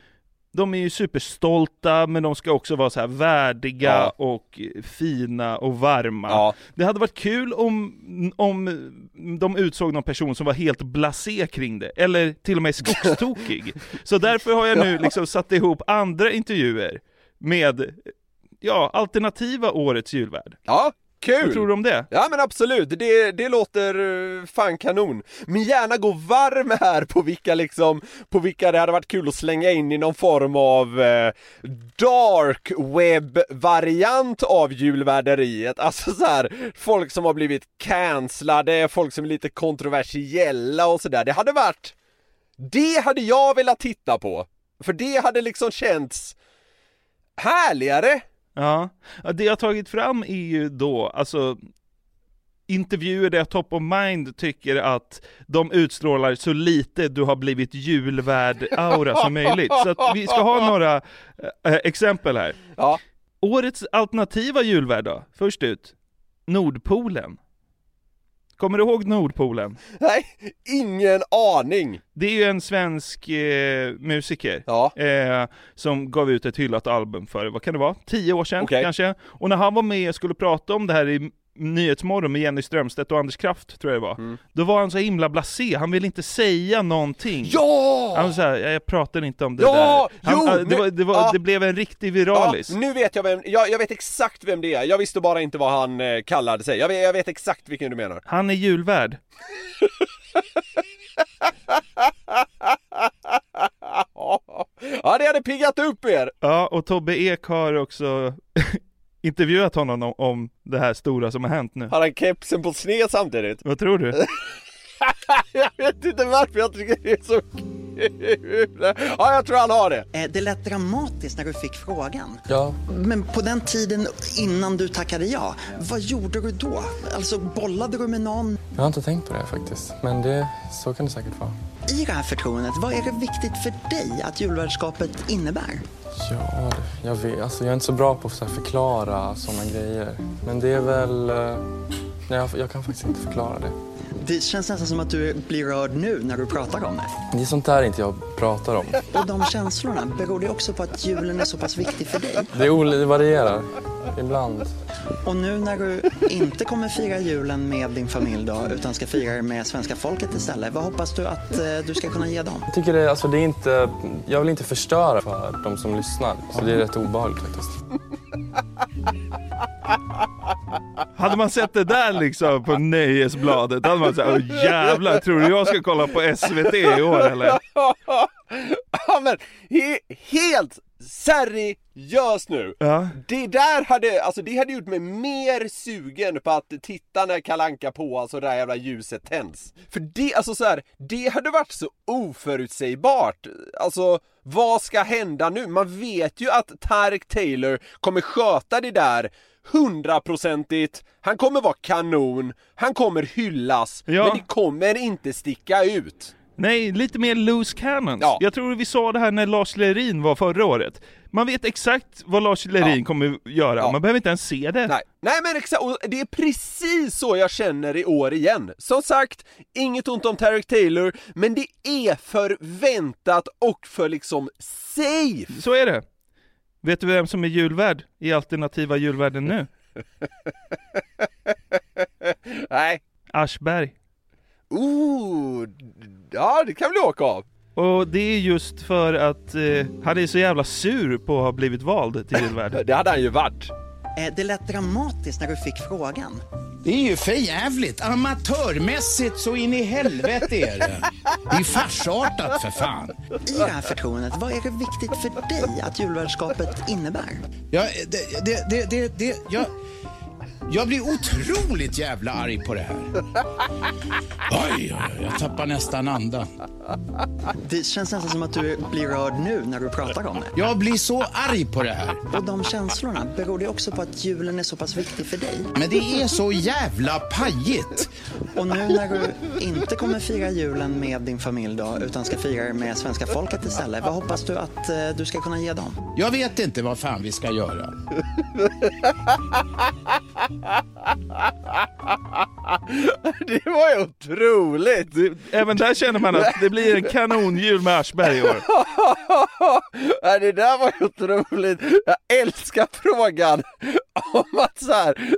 de är ju superstolta, men de ska också vara så här värdiga ja. och fina och varma. Ja. Det hade varit kul om, om de utsåg någon person som var helt blasé kring det, eller till och med skogstokig. Så därför har jag nu liksom satt ihop andra intervjuer med ja, alternativa årets julvärd. Ja. Kul! Vad tror du om det? Ja men absolut, det, det låter fan kanon. Men gärna gå varm här på vilka liksom, på vilka det hade varit kul att slänga in i någon form av eh, dark web-variant av julvärderiet. Alltså så här, folk som har blivit cancellade, folk som är lite kontroversiella och sådär. Det hade varit, det hade jag velat titta på. För det hade liksom känts härligare. Ja, det jag har tagit fram är ju då, alltså intervjuer där Top of Mind tycker att de utstrålar så lite du har blivit julvärd-aura som möjligt. Så att vi ska ha några äh, exempel här. Ja. Årets alternativa julvärd då, först ut, Nordpolen. Kommer du ihåg Nordpolen? Nej, ingen aning. Det är ju en svensk eh, musiker ja. eh, som gav ut ett hyllat album för, vad kan det vara? Tio år sedan okay. kanske. Och när han var med och skulle prata om det här i Nyhetsmorgon med Jenny Strömstedt och Anders Kraft, tror jag det var. Mm. Då var han så himla blasé, han ville inte säga någonting. Ja! Han var så här, jag pratar inte om det ja! där. Han, jo, det, var, det, var, ja. det blev en riktig viralis. Ja, nu vet jag vem, jag, jag vet exakt vem det är. Jag visste bara inte vad han eh, kallade sig. Jag vet, jag vet exakt vilken du menar. Han är julvärd. Ja, det hade piggat upp er. Ja, och Tobbe Ek har också intervjuat honom om, om det här stora som har hänt nu. Har han kepsen på sned samtidigt? Vad tror du? Jag vet inte varför jag tycker det är så kul. Ja, jag tror han har det. Det lät dramatiskt när du fick frågan. Ja. Men på den tiden innan du tackade ja, vad gjorde du då? Alltså, bollade du med någon? Jag har inte tänkt på det faktiskt, men det, så kan det säkert vara. I det här förtroendet, vad är det viktigt för dig att julvärdskapet innebär? Ja, jag vet. Alltså, jag är inte så bra på att förklara sådana grejer. Men det är väl... Nej, jag, jag kan faktiskt inte förklara det. Det känns nästan som att du blir rörd nu när du pratar om det. Det är sånt där inte jag pratar om. Och de känslorna, beror det också på att julen är så pass viktig för dig? Det, är ol- det varierar, ibland. Och nu när du inte kommer fira julen med din familj då, utan ska fira det med svenska folket istället, vad hoppas du att eh, du ska kunna ge dem? Jag tycker det, alltså det är inte, jag vill inte förstöra för de som lyssnar, så det är rätt obehagligt faktiskt. Hade man sett det där liksom på Nöjesbladet, hade man sagt, åh jävlar, tror du jag ska kolla på S V T i år eller? Ja men, he- helt seriöst nu. Ja. Det där hade, alltså det hade gjort mig mer sugen på att titta när Kalle Anka på, alltså det där jävla ljuset tänds. För det, alltså så här, det hade varit så oförutsägbart. Alltså, vad ska hända nu? Man vet ju att Tarek Taylor kommer sköta det där hundraprocentigt. Han kommer vara kanon. Han kommer hyllas. Ja. Men det kommer inte sticka ut. Nej, lite mer loose cannons. Ja. Jag tror vi sa det här när Lars Lerin var förra året. Man vet exakt vad Lars Lerin ja. kommer göra. Ja. Man behöver inte ens se det. Nej, Nej men exakt. Och det är precis så jag känner i år igen. Som sagt, inget ont om Tarek Taylor, men det är förväntat och för liksom safe. Så är det. Vet du vem som är julvärd i alternativa julvärden nu? Nej. Aschberg. Ooh, ja det kan vi åka av. Och det är just för att eh, han är så jävla sur på att ha blivit vald till julvärd. Det hade han ju varit. Det lät dramatiskt när du fick frågan. Det är ju för jävligt. Amatörmässigt så in i helvete är det. Det är farsartat för fan. I det här förtroendet, vad är det viktigt för dig att julvärdskapet innebär? Ja, det, det, det, det, det jag... Jag blir otroligt jävla arg på det här. Oj, oj, oj, jag tappar nästan andan. Det känns nästan som att du blir rörd nu när du pratar om det. Jag blir så arg på det här. Och de känslorna, beror det också på att julen är så pass viktig för dig? Men det är så jävla pajigt. Och nu när du inte kommer fira julen med din familj då, utan ska fira det med svenska folket istället, vad hoppas du att eh, du ska kunna ge dem? Jag vet inte vad fan vi ska göra. Det var ju otroligt. Det, även där känner man att det blir en kanonjul med Aschberg i år. Det där var ju otroligt. Jag älskar frågan om att så här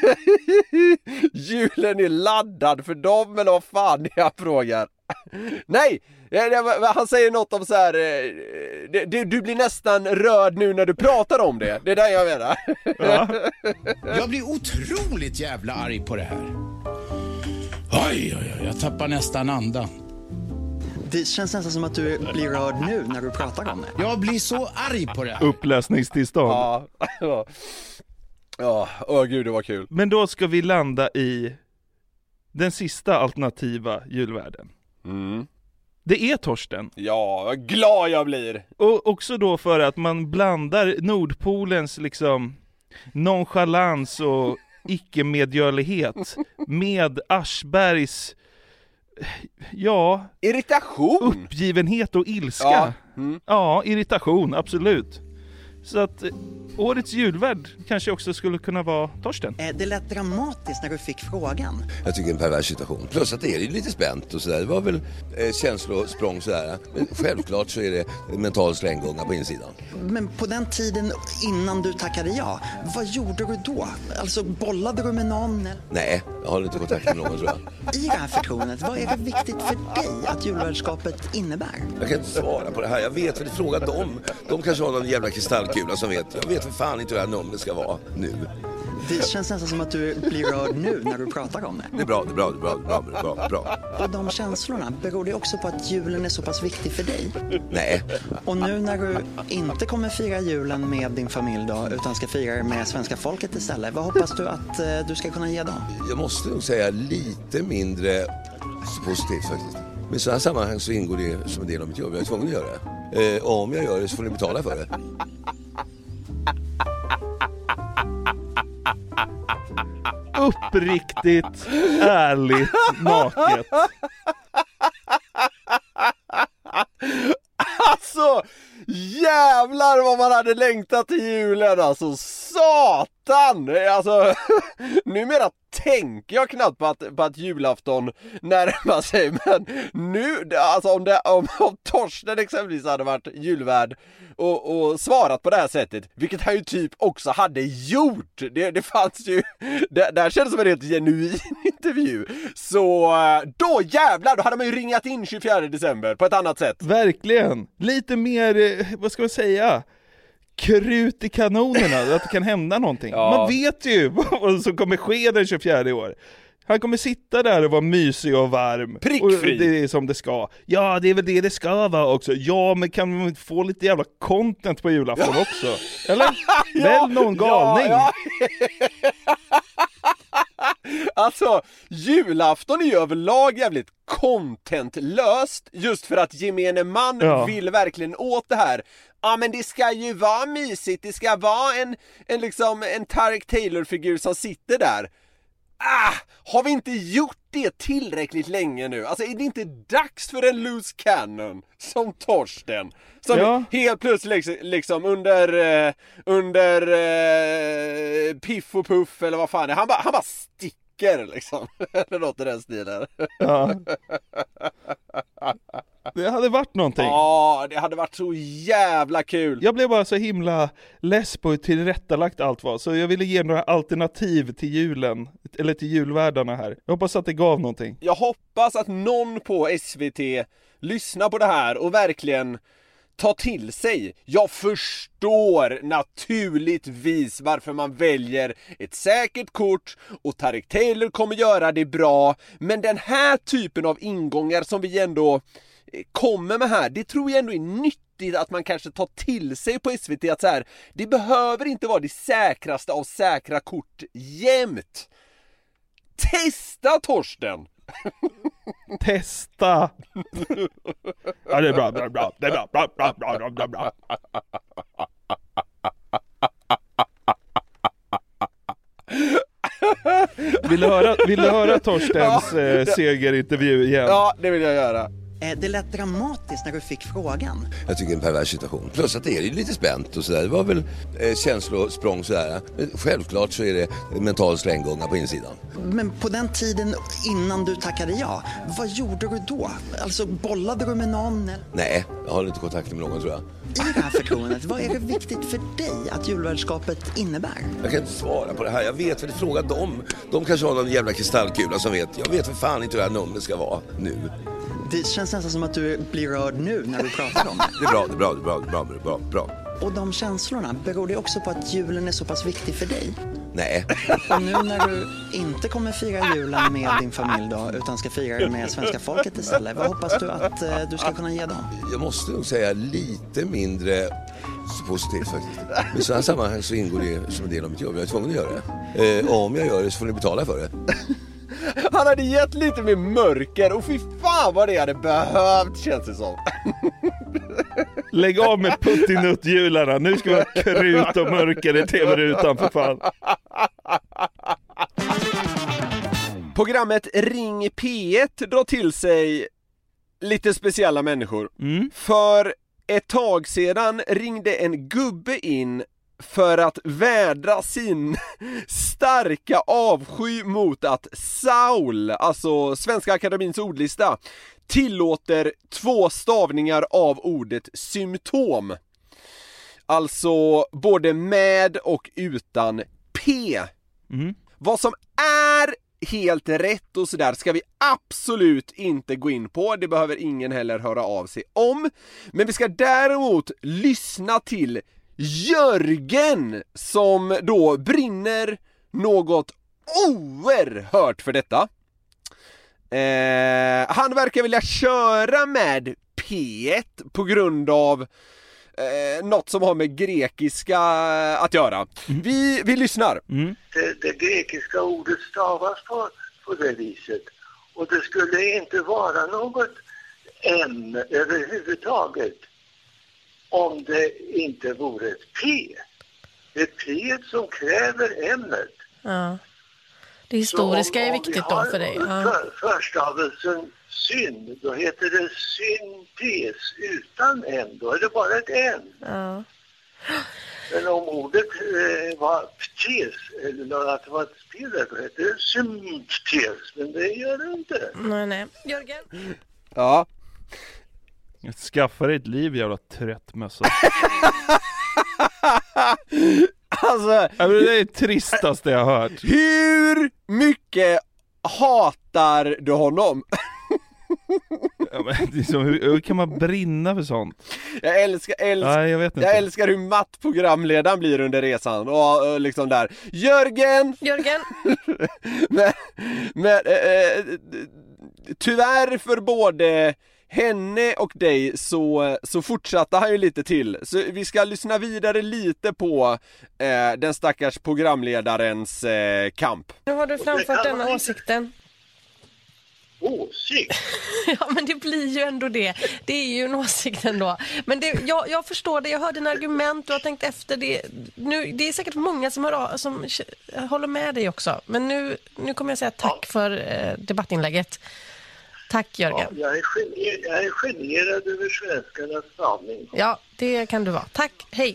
julen är laddad för dem, eller vad fan jag frågar. Nej, han säger något om så här. Du blir nästan röd nu när du pratar om det. Det är det jag menar. Ja. Jag blir otroligt jävla arg på det här. Oj, oj, oj, jag tappar nästan andan. Det känns nästan som att du blir rörd nu när du pratar om det. Jag blir så arg på det här. Upplösningstillstånd. Ja, ja. Ja, åh gud, det var kul. Men då ska vi landa i den sista alternativa julvärden. Mm. Det är Torsten. Ja, vad glad jag blir. Och också då för att man blandar Nordpolens liksom nonchalans och icke-medgörlighet med Aschbergs, ja, irritation, uppgivenhet och ilska. Ja, mm. Ja, irritation, absolut. Så att årets julvärd kanske också skulle kunna vara Torsten. Det lät dramatiskt när du fick frågan. Jag tycker det är en pervers situation. Plus att det är lite spänt och sådär. Det var väl eh, känslosprång sådär. Men självklart så är det mental slänggånga på insidan. Men på den tiden innan du tackade ja, vad gjorde du då? Alltså bollade du med någon? Nej, jag har inte kontakt med någon, tror jag. I det här förtroendet, vad är det viktigt för dig att julvärdskapet innebär? Jag kan inte svara på det här. Jag vet vad det frågar dem. De kanske har någon jävla kristallkula som vet. Jag vet för fan inte hur det här numret ska vara nu. Det känns nästan som att du blir rörd nu när du pratar om det. Det är bra, det är bra, det är bra, det är bra, bra, bra. Och de känslorna, beror det också på att julen är så pass viktig för dig? Nej. Och nu när du inte kommer fira julen med din familj då, utan ska fira det med svenska folket istället, vad hoppas du att eh, du ska kunna ge dem? Jag måste nog säga lite mindre positivt faktiskt. Men i sådana här sammanhang så ingår det som en del av mitt jobb. Jag är tvungen att göra det. Eh, om jag gör det så får ni betala för det. Uppriktigt, ärligt, naket. Alltså, jävlar vad man hade längtat till julen. Alltså, satan. Alltså, numera tänker jag knappt på att, på att julafton närmar sig. Men nu, alltså om, det, om, om Torsten exempelvis hade varit julvärd och, och svarat på det här sättet, vilket han ju typ också hade gjort. Det, det fanns ju, det, det här kändes som en helt genuin intervju. Så då jävlar, då hade man ju ringat in tjugofjärde december på ett annat sätt. Verkligen. Lite mer, vad ska man säga, krut i kanonerna, att det kan hända någonting. Ja. Man vet ju vad som kommer ske den tjugofjärde i år. Han kommer sitta där och vara mysig och varm. Prickfri. Och det är som det ska. Ja, det är väl det det ska vara också. Ja, men kan man få lite jävla content på julafton ja. också? Eller? Ja, väl någon galning. Ja, ja. Alltså, julafton är ju överlag jävligt contentlöst, just för att gemene man ja. vill verkligen åt det här. Ja, men det ska ju vara mysigt. Det ska vara en, en, liksom, en Tarek Taylor-figur som sitter där. Ah, har vi inte gjort det tillräckligt länge nu? Alltså, är det inte dags för en loose cannon som Torsten? Som ja. helt plötsligt liksom, liksom under eh, under eh, Piff och Puff eller vad fan är. Han bara han bara sticker liksom. Eller något i den stilen. Ja. Det hade varit någonting. Ja, det hade varit så jävla kul. Jag blev bara så himla less på hur tillrättalagt allt var. Så jag ville ge några alternativ till julen. Eller till julvärdarna här. Jag hoppas att det gav någonting. Jag hoppas att någon på S V T lyssnar på det här och verkligen tar till sig. Jag förstår naturligtvis varför man väljer ett säkert kort och Tarek Taylor kommer göra det bra. Men den här typen av ingångar som vi ändå kommer med här, det tror jag ändå är nyttigt att man kanske tar till sig på S V T, att så här, det behöver inte vara det säkraste av säkra kort jämt. Testa, Torsten! Testa! Ja, det är bra, bra, bra, det är bra, bra, bra, bra, bra, bra. Vill du höra, vill du höra Torstens ja, eh, segerintervju igen? Ja, det vill jag göra. Eh, det lät dramatiskt när du fick frågan. Jag tycker det är en pervers situation. Plus att det är lite spänt och sådär. Det var väl eh, känslosprång sådär. Men självklart så är det mental slänggångar på insidan. Men på den tiden innan du tackade ja, vad gjorde du då? Alltså bollade du med någon? Eller? Nej, jag har inte kontakt med någon tror jag. I det här förtroendet, vad är det viktigt för dig att julvärdskapet innebär? Jag kan inte svara på det här. Jag vet vad det frågar dem. De kanske har någon jävla kristallkula som vet. Jag vet för fan inte hur det här numret ska vara nu. Det känns nästan som att du blir rörd nu när du pratar om det. Det är bra, det är bra, det är bra, det är bra, det är bra, bra. Och de känslorna, beror det också på att julen är så pass viktig för dig? Nej. Och nu när du inte kommer fira julen med din familj då, utan ska fira det med svenska folket istället, vad hoppas du att eh, du ska kunna ge dem? Jag måste nog säga lite mindre positivt faktiskt. I sådana sammanhang så ingår det som en del av mitt jobb. Jag är tvungen att göra det. Eh, om jag gör det så får ni betala för det. Han hade gett lite mer mörker och fy fan vad det hade behövt, känns det som. Lägg av med puttinuttjularna. Nu ska vi ha krut och mörker i tv-rutan för fan. Programmet Ring P ett drar till sig lite speciella människor. Mm. För ett tag sedan ringde en gubbe in för att vädra sin starka avsky mot att Saul, alltså Svenska Akademins ordlista, tillåter två stavningar av ordet symptom. Alltså både med och utan P. Mm. Vad som är helt rätt och sådär ska vi absolut inte gå in på. Det behöver ingen heller höra av sig om. Men vi ska däremot lyssna till Jörgen som då brinner något oerhört för detta. Eh, han verkar vilja köra med P ett på grund av eh, något som har med grekiska att göra. Mm. Vi, vi lyssnar. Mm. Det, det grekiska ordet stavas på, på det viset. Och det skulle inte vara något M överhuvudtaget om det inte vore ett P. Det är P som kräver M-et. Ja. Det historiska är viktigt då för dig. Ja. För, förstavelsen synd, då heter det syntes utan M. Då är det bara ett N. Ja. Men om ordet eh, var ptes, eller att det var ett P där, då heter det syntes. Men det gör det inte. Nej, nej. Jörgen? Ja. Skaffa dig ett liv, jävla trött mössa. Alltså, det är det tristaste jag har hört. Hur mycket hatar du honom? Ja, men det är så, hur, hur kan man brinna för sånt? Jag älskar, älskar, Nej, jag vet inte. jag älskar hur matt programledaren blir under resan. Och, och liksom där, Jörgen! Jörgen! men men äh, tyvärr för både henne och dig så, så fortsatte han ju lite till. Så vi ska lyssna vidare lite på eh, den stackars programledarens eh, kamp. Nu har du framfört denna åsikten. Åsikt? Ja, men det blir ju ändå det. Det är ju en åsikt ändå. Men det, jag, jag förstår det. Jag hörde en argument och har tänkt efter det. Nu, det är säkert många som, har, som håller med dig också. Men nu, nu kommer jag säga tack ja. för eh, debattinlägget. Tack, Jörgen. Ja, jag, är gener, jag är generad över svenskarnas stavning. Ja, det kan du vara. Tack, hej.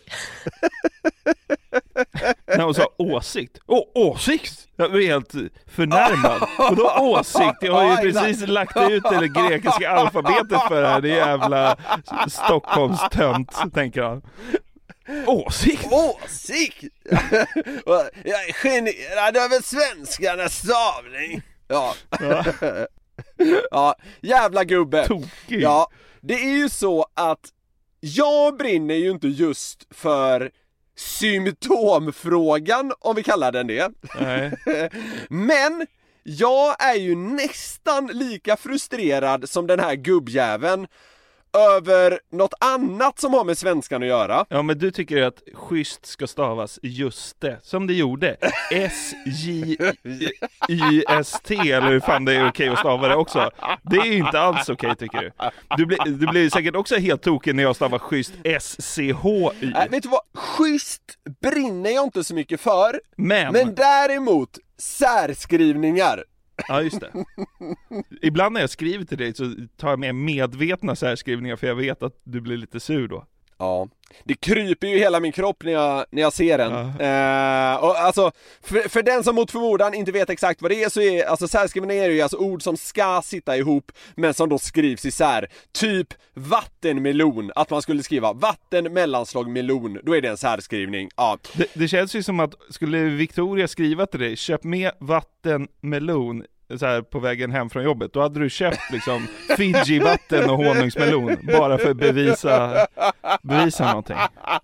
När hon sa åsikt. Åh, åsikt! Jag blev helt förnärmad. Och då åsikt? Jag har ju precis lagt ut det grekiska alfabetet för det här. Det jävla Stockholms tönt, tänker han. Åsikt! Åsikt! Jag är generad över svenskarnas stavning. Ja. Ja. Ja, jävla gubbe. Tokig. Ja, det är ju så att jag brinner ju inte just för symptomfrågan, om vi kallar den det. Nej. Men jag är ju nästan lika frustrerad som den här gubbjäveln över något annat som har med svenskan att göra. Ja, men du tycker att schysst ska stavas just det, som det gjorde. S J Y S T, eller hur fan det är okej att stava det också. Det är ju inte alls okej, tycker du. Du blir, du blir säkert också helt tokig när jag stavar schysst S C H Y. Äh, vet du vad? Schysst brinner jag inte så mycket för. Men, men däremot särskrivningar. Ja, just det. Ibland när jag skriver till dig så tar jag med medvetna särskrivningar för jag vet att du blir lite sur då. Ja, det kryper ju hela min kropp när jag, när jag ser den. Ja. Eh, och alltså, för, för den som mot förmodan inte vet exakt vad det är så är alltså särskrivna är ju alltså ord som ska sitta ihop men som då skrivs isär. Typ vattenmelon, att man skulle skriva vatten mellanslag melon, då är det en särskrivning. Ja. Det, det känns ju som att skulle Victoria skriva till dig, köp med vattenmelon så här på vägen hem från jobbet, då hade du köpt liksom Fiji-vatten och honungsmelon bara för att bevisa bevisa någonting.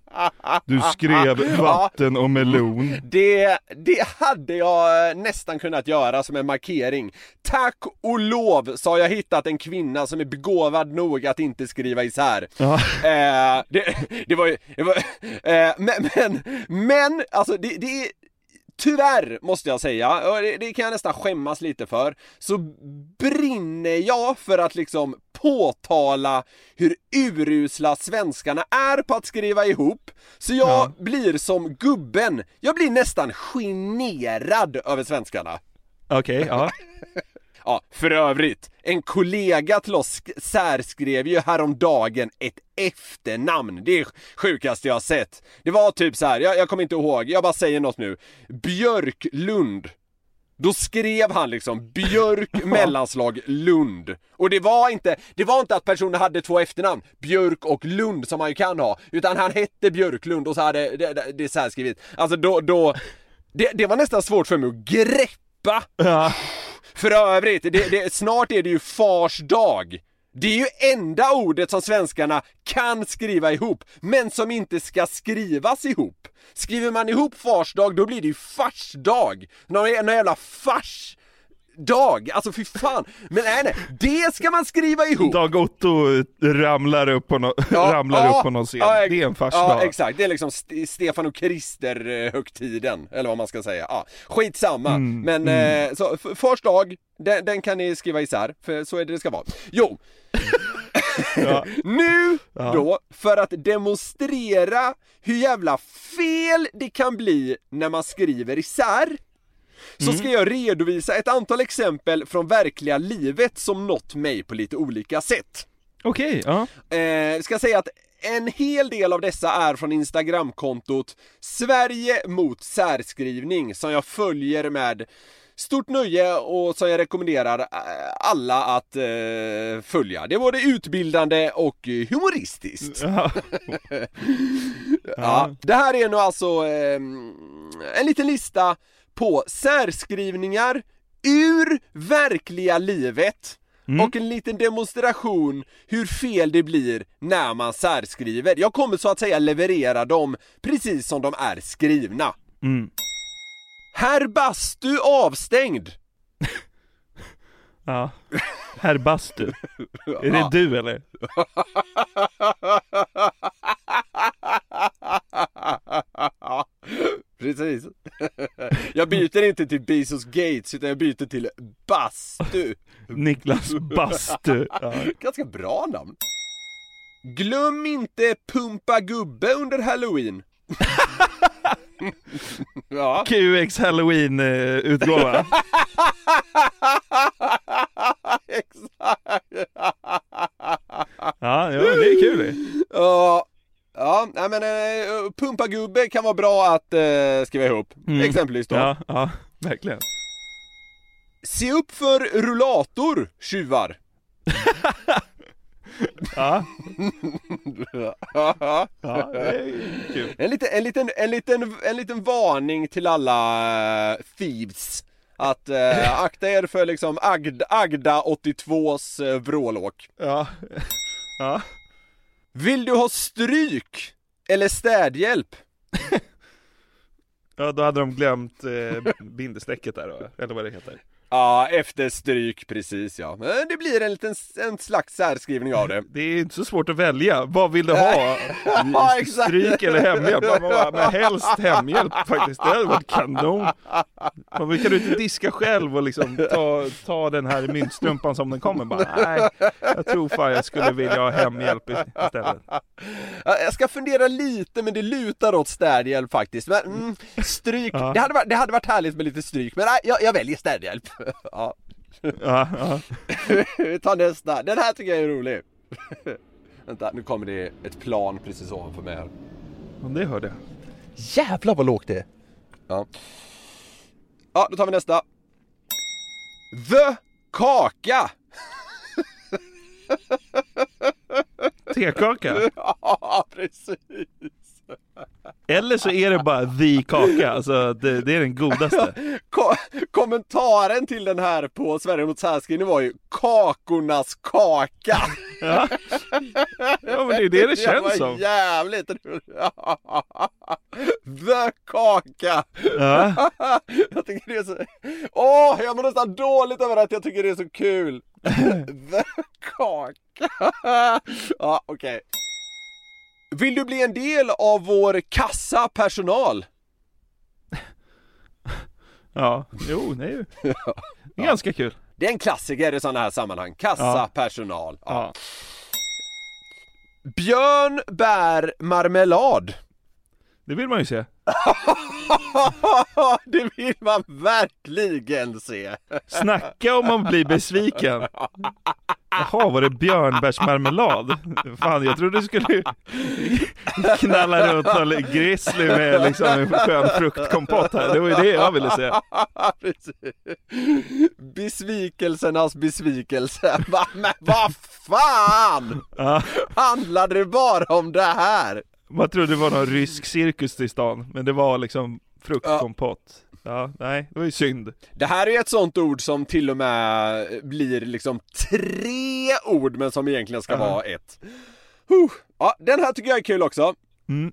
Du skrev vatten och melon. Det, det hade jag nästan kunnat göra som en markering. Tack och lov så har jag hittat en kvinna som är begåvad nog att inte skriva isär. Ja. Eh, det, det var ju det var, eh, men, men, men alltså det, det är tyvärr måste jag säga, och det, det kan jag nästan skämmas lite för, så brinner jag för att liksom påtala hur urusla svenskarna är på att skriva ihop. Så jag ja. blir som gubben, jag blir nästan generad över svenskarna. Okej, okay, ja. Ja, för övrigt, en kollega till oss särskrev ju häromdagen ett efternamn. Det är sjukaste jag har sett. Det var typ så här, jag, jag kommer inte ihåg, jag bara säger något nu. Björklund. Då skrev han liksom Björk mellanslag Lund. Och det var inte det var inte att personen hade två efternamn, Björk och Lund som man ju kan ha, utan han hette Björklund och så hade det, det, det särskrivit. Alltså då, då det, det var nästan svårt för mig att greppa. Ja. För övrigt, det, det, snart är det ju fars dag. Det är ju enda ordet som svenskarna kan skriva ihop, men som inte ska skrivas ihop. Skriver man ihop fars dag, då blir det ju farsdag. Någon, någon jävla fars dag, alltså fy fan. Men nej, nej, det ska man skriva ihop. Dag Otto ramlar upp på, no- ja, ramlar ja, upp på någon scen. Ja, det är en farsdag. Ja, exakt. Det är liksom St- Stefan och Krister högtiden, eller vad man ska säga. Ja, skitsamma. Mm, Men mm. Eh, så f- fars dag, den, den kan ni skriva isär, för så är det det ska vara. Jo. Ja. Nu ja. då, för att demonstrera hur jävla fel det kan bli när man skriver isär, så mm. ska jag redovisa ett antal exempel från verkliga livet som nått mig på lite olika sätt. Okej, okay, ja. Eh, ska säga att en hel del av dessa är från Instagramkontot Sverige mot särskrivning, som jag följer med stort nöje och som jag rekommenderar alla att eh, följa. Det var det utbildande och humoristiskt. Ja. Ja, det här är nu alltså eh, en liten lista på särskrivningar ur verkliga livet. Mm. Och en liten demonstration hur fel det blir när man särskriver. Jag kommer så att säga leverera dem precis som de är skrivna. Mm. Herr Bastu avstängd. Ja, herr Bastu. Är det ja. du eller? Precis. Jag byter inte till Bezos Gates utan jag byter till Bastu. Niklas Bastu. Ja. Ganska bra namn. Glöm inte pumpa gubbe under Halloween. Ja. Q X Halloween-utgåva. Exakt. Ja, ja, det är kul. Ja, ja, nej men uh, pumpa gubbe kan vara bra att uh, skriva ihop. Mm. Exempelvis då. Ja, ja, verkligen. Se upp för rullator, tjuvar. Ja. Ja, det är kul. En liten, en liten, en liten, en liten varning till alla uh, thieves. Att uh, akta er för liksom Agda, Agda åttiotvås uh, vrålåk. Ja. Ja. Vill du ha stryk eller städhjälp? Ja, då hade de glömt eh, bindestrecket där då, eller vad det heter. Ja, efter stryk, precis ja. Men det blir en liten en slags särskrivning av det. Det är inte så svårt att välja. Vad vill du ha? Ja, exakt. Stryk eller hemhjälp? Men helst hemhjälp faktiskt. Det hade varit kanon. Men kan du inte diska själv och liksom ta, ta den här myntstrumpan som den kommer? Bara, nej, jag tror fan jag skulle vilja ha hemhjälp istället. Jag ska fundera lite, men det lutar åt städhjälp faktiskt. Men mm, stryk, ja. det, hade varit, det hade varit härligt med lite stryk. Men nej, jag, jag väljer städhjälp. Ja. Ja, ja. Vi tar nästa. Den här tycker jag är rolig. Vänta, nu kommer det ett plan precis ovanför mig här. Ja, det hörde jag. Jävlar vad lågt det är. Ja. Ja, då tar vi nästa. The Kaka. Tekaka? Ja, precis. Eller så är det bara the kaka, alltså det, det är den godaste. Ko- kommentaren till den här på Sverige mot Särskrivning var ju kakornas kaka. Ja. Ja, men det är det det känns var som. Jävligt roligt. The Kaka. Ja. Jag tycker det är så... Åh, jag mår nästan dåligt över att jag tycker det är så kul. The Kaka. Ja, okej. Okay. Vill du bli en del av vår kassapersonal? Ja, jo, det är ju det är ganska kul. Det är en klassiker i sådana här sammanhang. Kassapersonal. Ja. Ja. Björn bär marmelad. Det vill man ju se. Det vill man verkligen se. Snacka om man blir besviken. Jaha, var det björnbärsmarmelad? Fan, jag trodde du skulle knalla runt någon grizzly med liksom en skön fruktkompott här. Det var ju det jag ville säga. Besvikelsernas besvikelse. Va, men vad fan? Ja. Handlade det bara om det här? Man trodde det var någon rysk cirkus i stan, men det var liksom fruktkompott. Ja, nej, det var ju synd. Det här är ett sånt ord som till och med blir liksom tre ord, men som egentligen ska uh-huh. vara ett. Huh. Ja, den här tycker jag är kul också. Mm.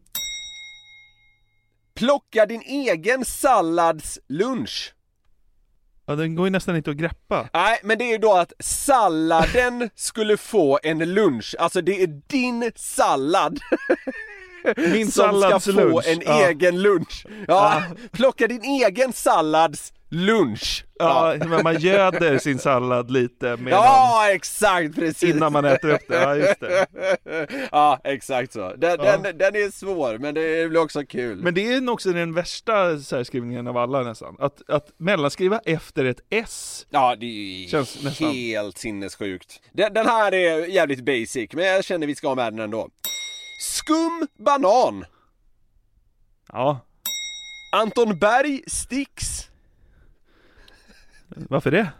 Plocka din egen salladslunch. Ja, den går ju nästan inte att greppa. Nej, men det är ju då att salladen skulle få en lunch. Alltså det är din sallad. Min som ska få lunch. en Ja. egen lunch. Ja, ja, plocka din egen sallads lunch. Ja, ja, men man göder sin sallad lite med ja, någon... exakt, precis. Innan man äter upp det, ja just det. Ja, exakt så. Den, ja. den, den är svår, men det blir också kul. Men det är nog också den värsta särskrivningen av alla nästan. Att, att mellanskriva efter ett S. Ja, det är känns nästan helt sinnessjukt. Den, den här är jävligt basic, men jag känner vi ska ha med den ändå. Skum banan. Ja. Anton Berg sticks. Varför det?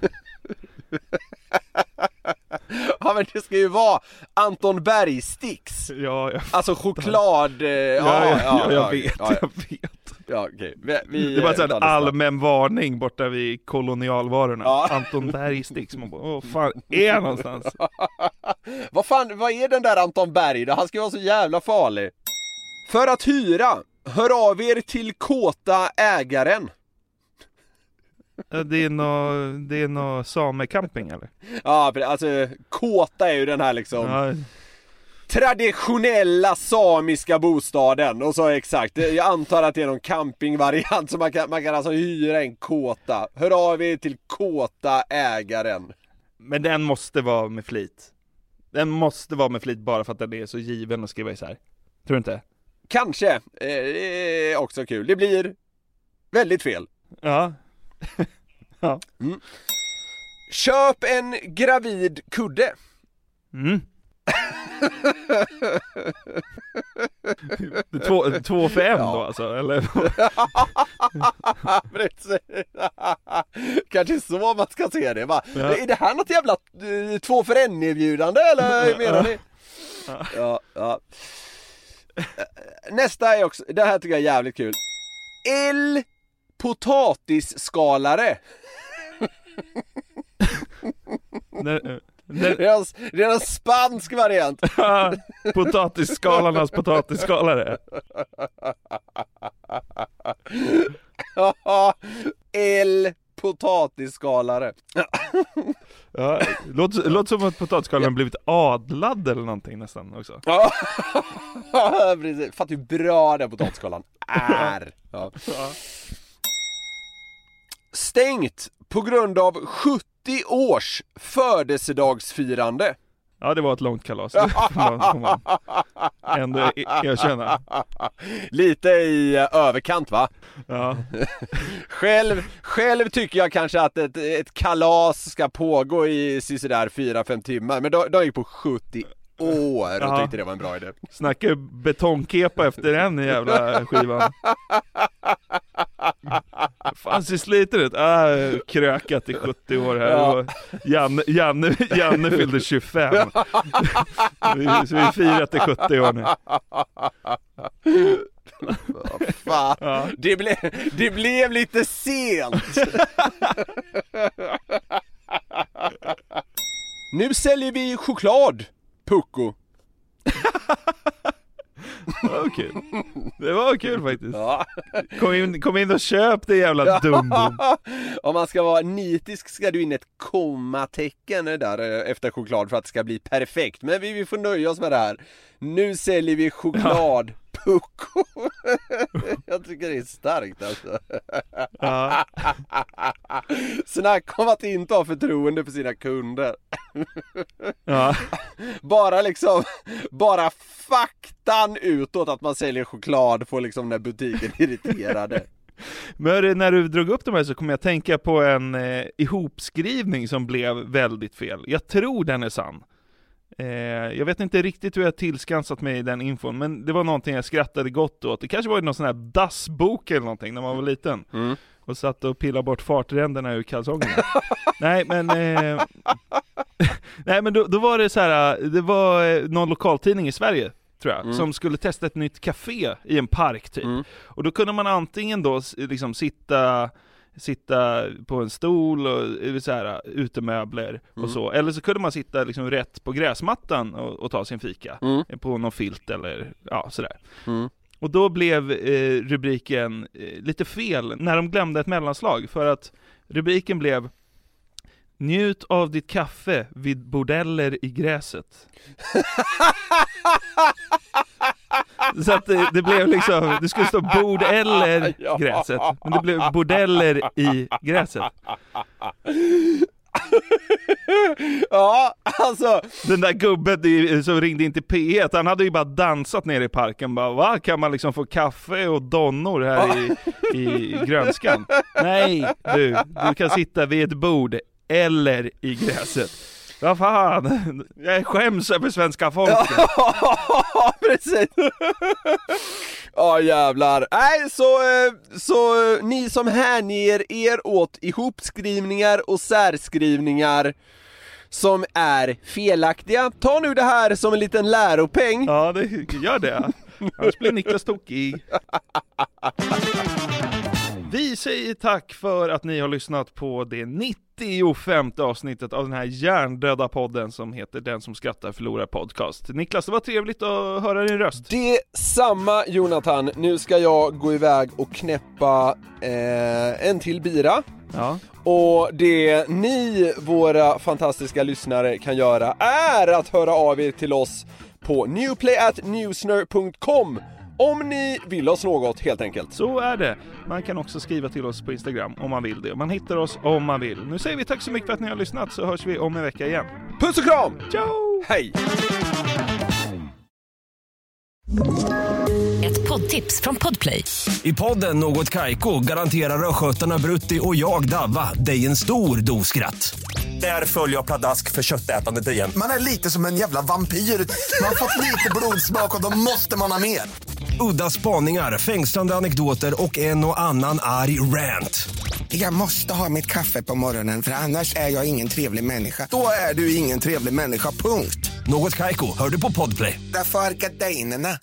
Ja, men det ska ju vara Anton Berg sticks. Ja, jag alltså choklad. Eh, ja, ja, ja, ja, jag vet, ja, jag vet. Ja, okej. Vi, vi, det var så en allmän varning borta vid kolonialvarorna. Ja. Anton Berg sticks. Man bara, åh fan, är han någonstans? Vad fan, vad är den där Anton Berg då? Han ska vara så jävla farlig. För att hyra, hör av er till kåta ägaren. Det är nå det är nå samecamping eller? Ja, alltså kåta är ju den här liksom ja. traditionella samiska bostaden. Och så exakt, jag antar att det är någon campingvariant. Så man kan, man kan alltså hyra en kåta. Hör av er till kåta ägaren. Men den måste vara med flit. Den måste vara med flit bara för att den är så given att skriva isär. Tror du inte? Kanske, eh, också kul. Det blir väldigt fel. Ja. Ja. Mm. Köp en gravid kudde. Mm. två, två för en ja. Då alltså, eller? Kanske så man ska se det, va? Ja. Är det här något jävla uh, två för en erbjudande, eller menar ni? Ja. Ja, ja. Nästa är också, det här tycker jag är jävligt kul. El potatisskalare. När, när... Det, är en, det är en spansk variant. Potatisskalarnas potatisskalare. El potatisskalare. Ja, låt, låt som att potatisskalaren blivit adlad eller någonting nästan också. Ja, precis. Fattar hur bra den potatisskalan är. Ja. Ja. Stängt på grund av sjuttio års födelsedagsfirande. Ja, det var ett långt kalas. ändå erkänna. Lite i uh, överkant, va? Ja. själv, själv tycker jag kanske att ett, ett kalas ska pågå i sådär fyra fem timmar. Men då, då gick på sjuttio år och tyckte det var en bra idé. Snackar betongkepa efter en jävla skivan. Fan ser sliten ut. Ah, krökat i sjuttio år här. Ja. Janne, Janne, Janne fyllde tjugofem. Så vi firar till sjuttio år nu. Fan. Ja. Det, ble, det blev lite sent. Nu säljer vi choklad, Pucko. Det var kul. Det var kul faktiskt. Ja. Kom in, kom in och köp det jävla dumbom. Om man ska vara nitisk ska du in ett kommatecken där efter choklad för att det ska bli perfekt. Men vi, vi får nöja oss med det här. Nu säljer vi choklad. Ja. Pucko. Jag tycker det är starkt alltså. Ja. Snack om att inte ha förtroende för sina kunder. Ja. Bara liksom bara faktan utåt att man säljer choklad får liksom den butiken irriterade. Men när du drog upp de här så kom jag tänka på en eh, ihopskrivning som blev väldigt fel. Jag tror den är sann. Eh, jag vet inte riktigt hur jag tillskansat mig i den infon, men det var någonting jag skrattade gott åt. Det kanske var någon sån här dassbok eller någonting när man var liten. Mm. Och satt och pillade bort fartränderna ur kalsongerna. Nej, men eh, nej, men då, då var det så här, det var någon lokaltidning i Sverige tror jag, mm. som skulle testa ett nytt café i en park typ. Mm. Och då kunde man antingen då liksom sitta sitta på en stol och så här, utemöbler och mm. så. Eller så kunde man sitta liksom rätt på gräsmattan och, och ta sin fika mm. på någon filt eller ja, sådär. Mm. Och då blev eh, rubriken eh, lite fel när de glömde ett mellanslag, för att rubriken blev njut av ditt kaffe vid bordeller i gräset. Så att det, det blev liksom, det skulle stå bord eller gräset, men det blev bordeller i gräset. Ja, alltså den där gubben som ringde in till P ett, han hade ju bara dansat ner i parken. Bara, va? Kan man liksom få kaffe och donnor här i, i grönskan? Nej, du, du kan sitta vid ett bord eller i gräset. Vad fan, jag skäms över svenska folket. Ja, precis. Ja, jävlar. Nej, så, så ni som hänger er åt ihopskrivningar och särskrivningar som är felaktiga, ta nu det här som en liten läropeng. Ja, det gör det. Annars blir Niklas tokig. Vi säger tack för att ni har lyssnat på det nittiofemte avsnittet av den här hjärndöda podden som heter Den som skrattar förlorar podcast. Niklas, det var trevligt att höra din röst. Det är samma, Jonathan. Nu ska jag gå iväg och knäppa eh, en till bira. Ja. Och det ni, våra fantastiska lyssnare, kan göra är att höra av er till oss på newplay at newsner punkt com om ni vill oss något, helt enkelt. Så är det. Man kan också skriva till oss på Instagram om man vill det. Man hittar oss om man vill. Nu säger vi tack så mycket för att ni har lyssnat, så hörs vi om en vecka igen. Puss och kram! Ciao! Hej! Ett poddtips från Podplay. I podden Något Kaiko garanterar röskötarna Brutti och jag Davva dig en stor doskratt. Där följer jag pladask för köttätandet igen. Man är lite som en jävla vampyr. Man har fått lite blodsmak och då måste man ha mer. Udda spaningar, fängslande anekdoter och en och annan arg rant. Jag måste ha mitt kaffe på morgonen, för annars är jag ingen trevlig människa. Då är du ingen trevlig människa, punkt. Något Kaiko, hör du på Podplay. Därför är gardinerna.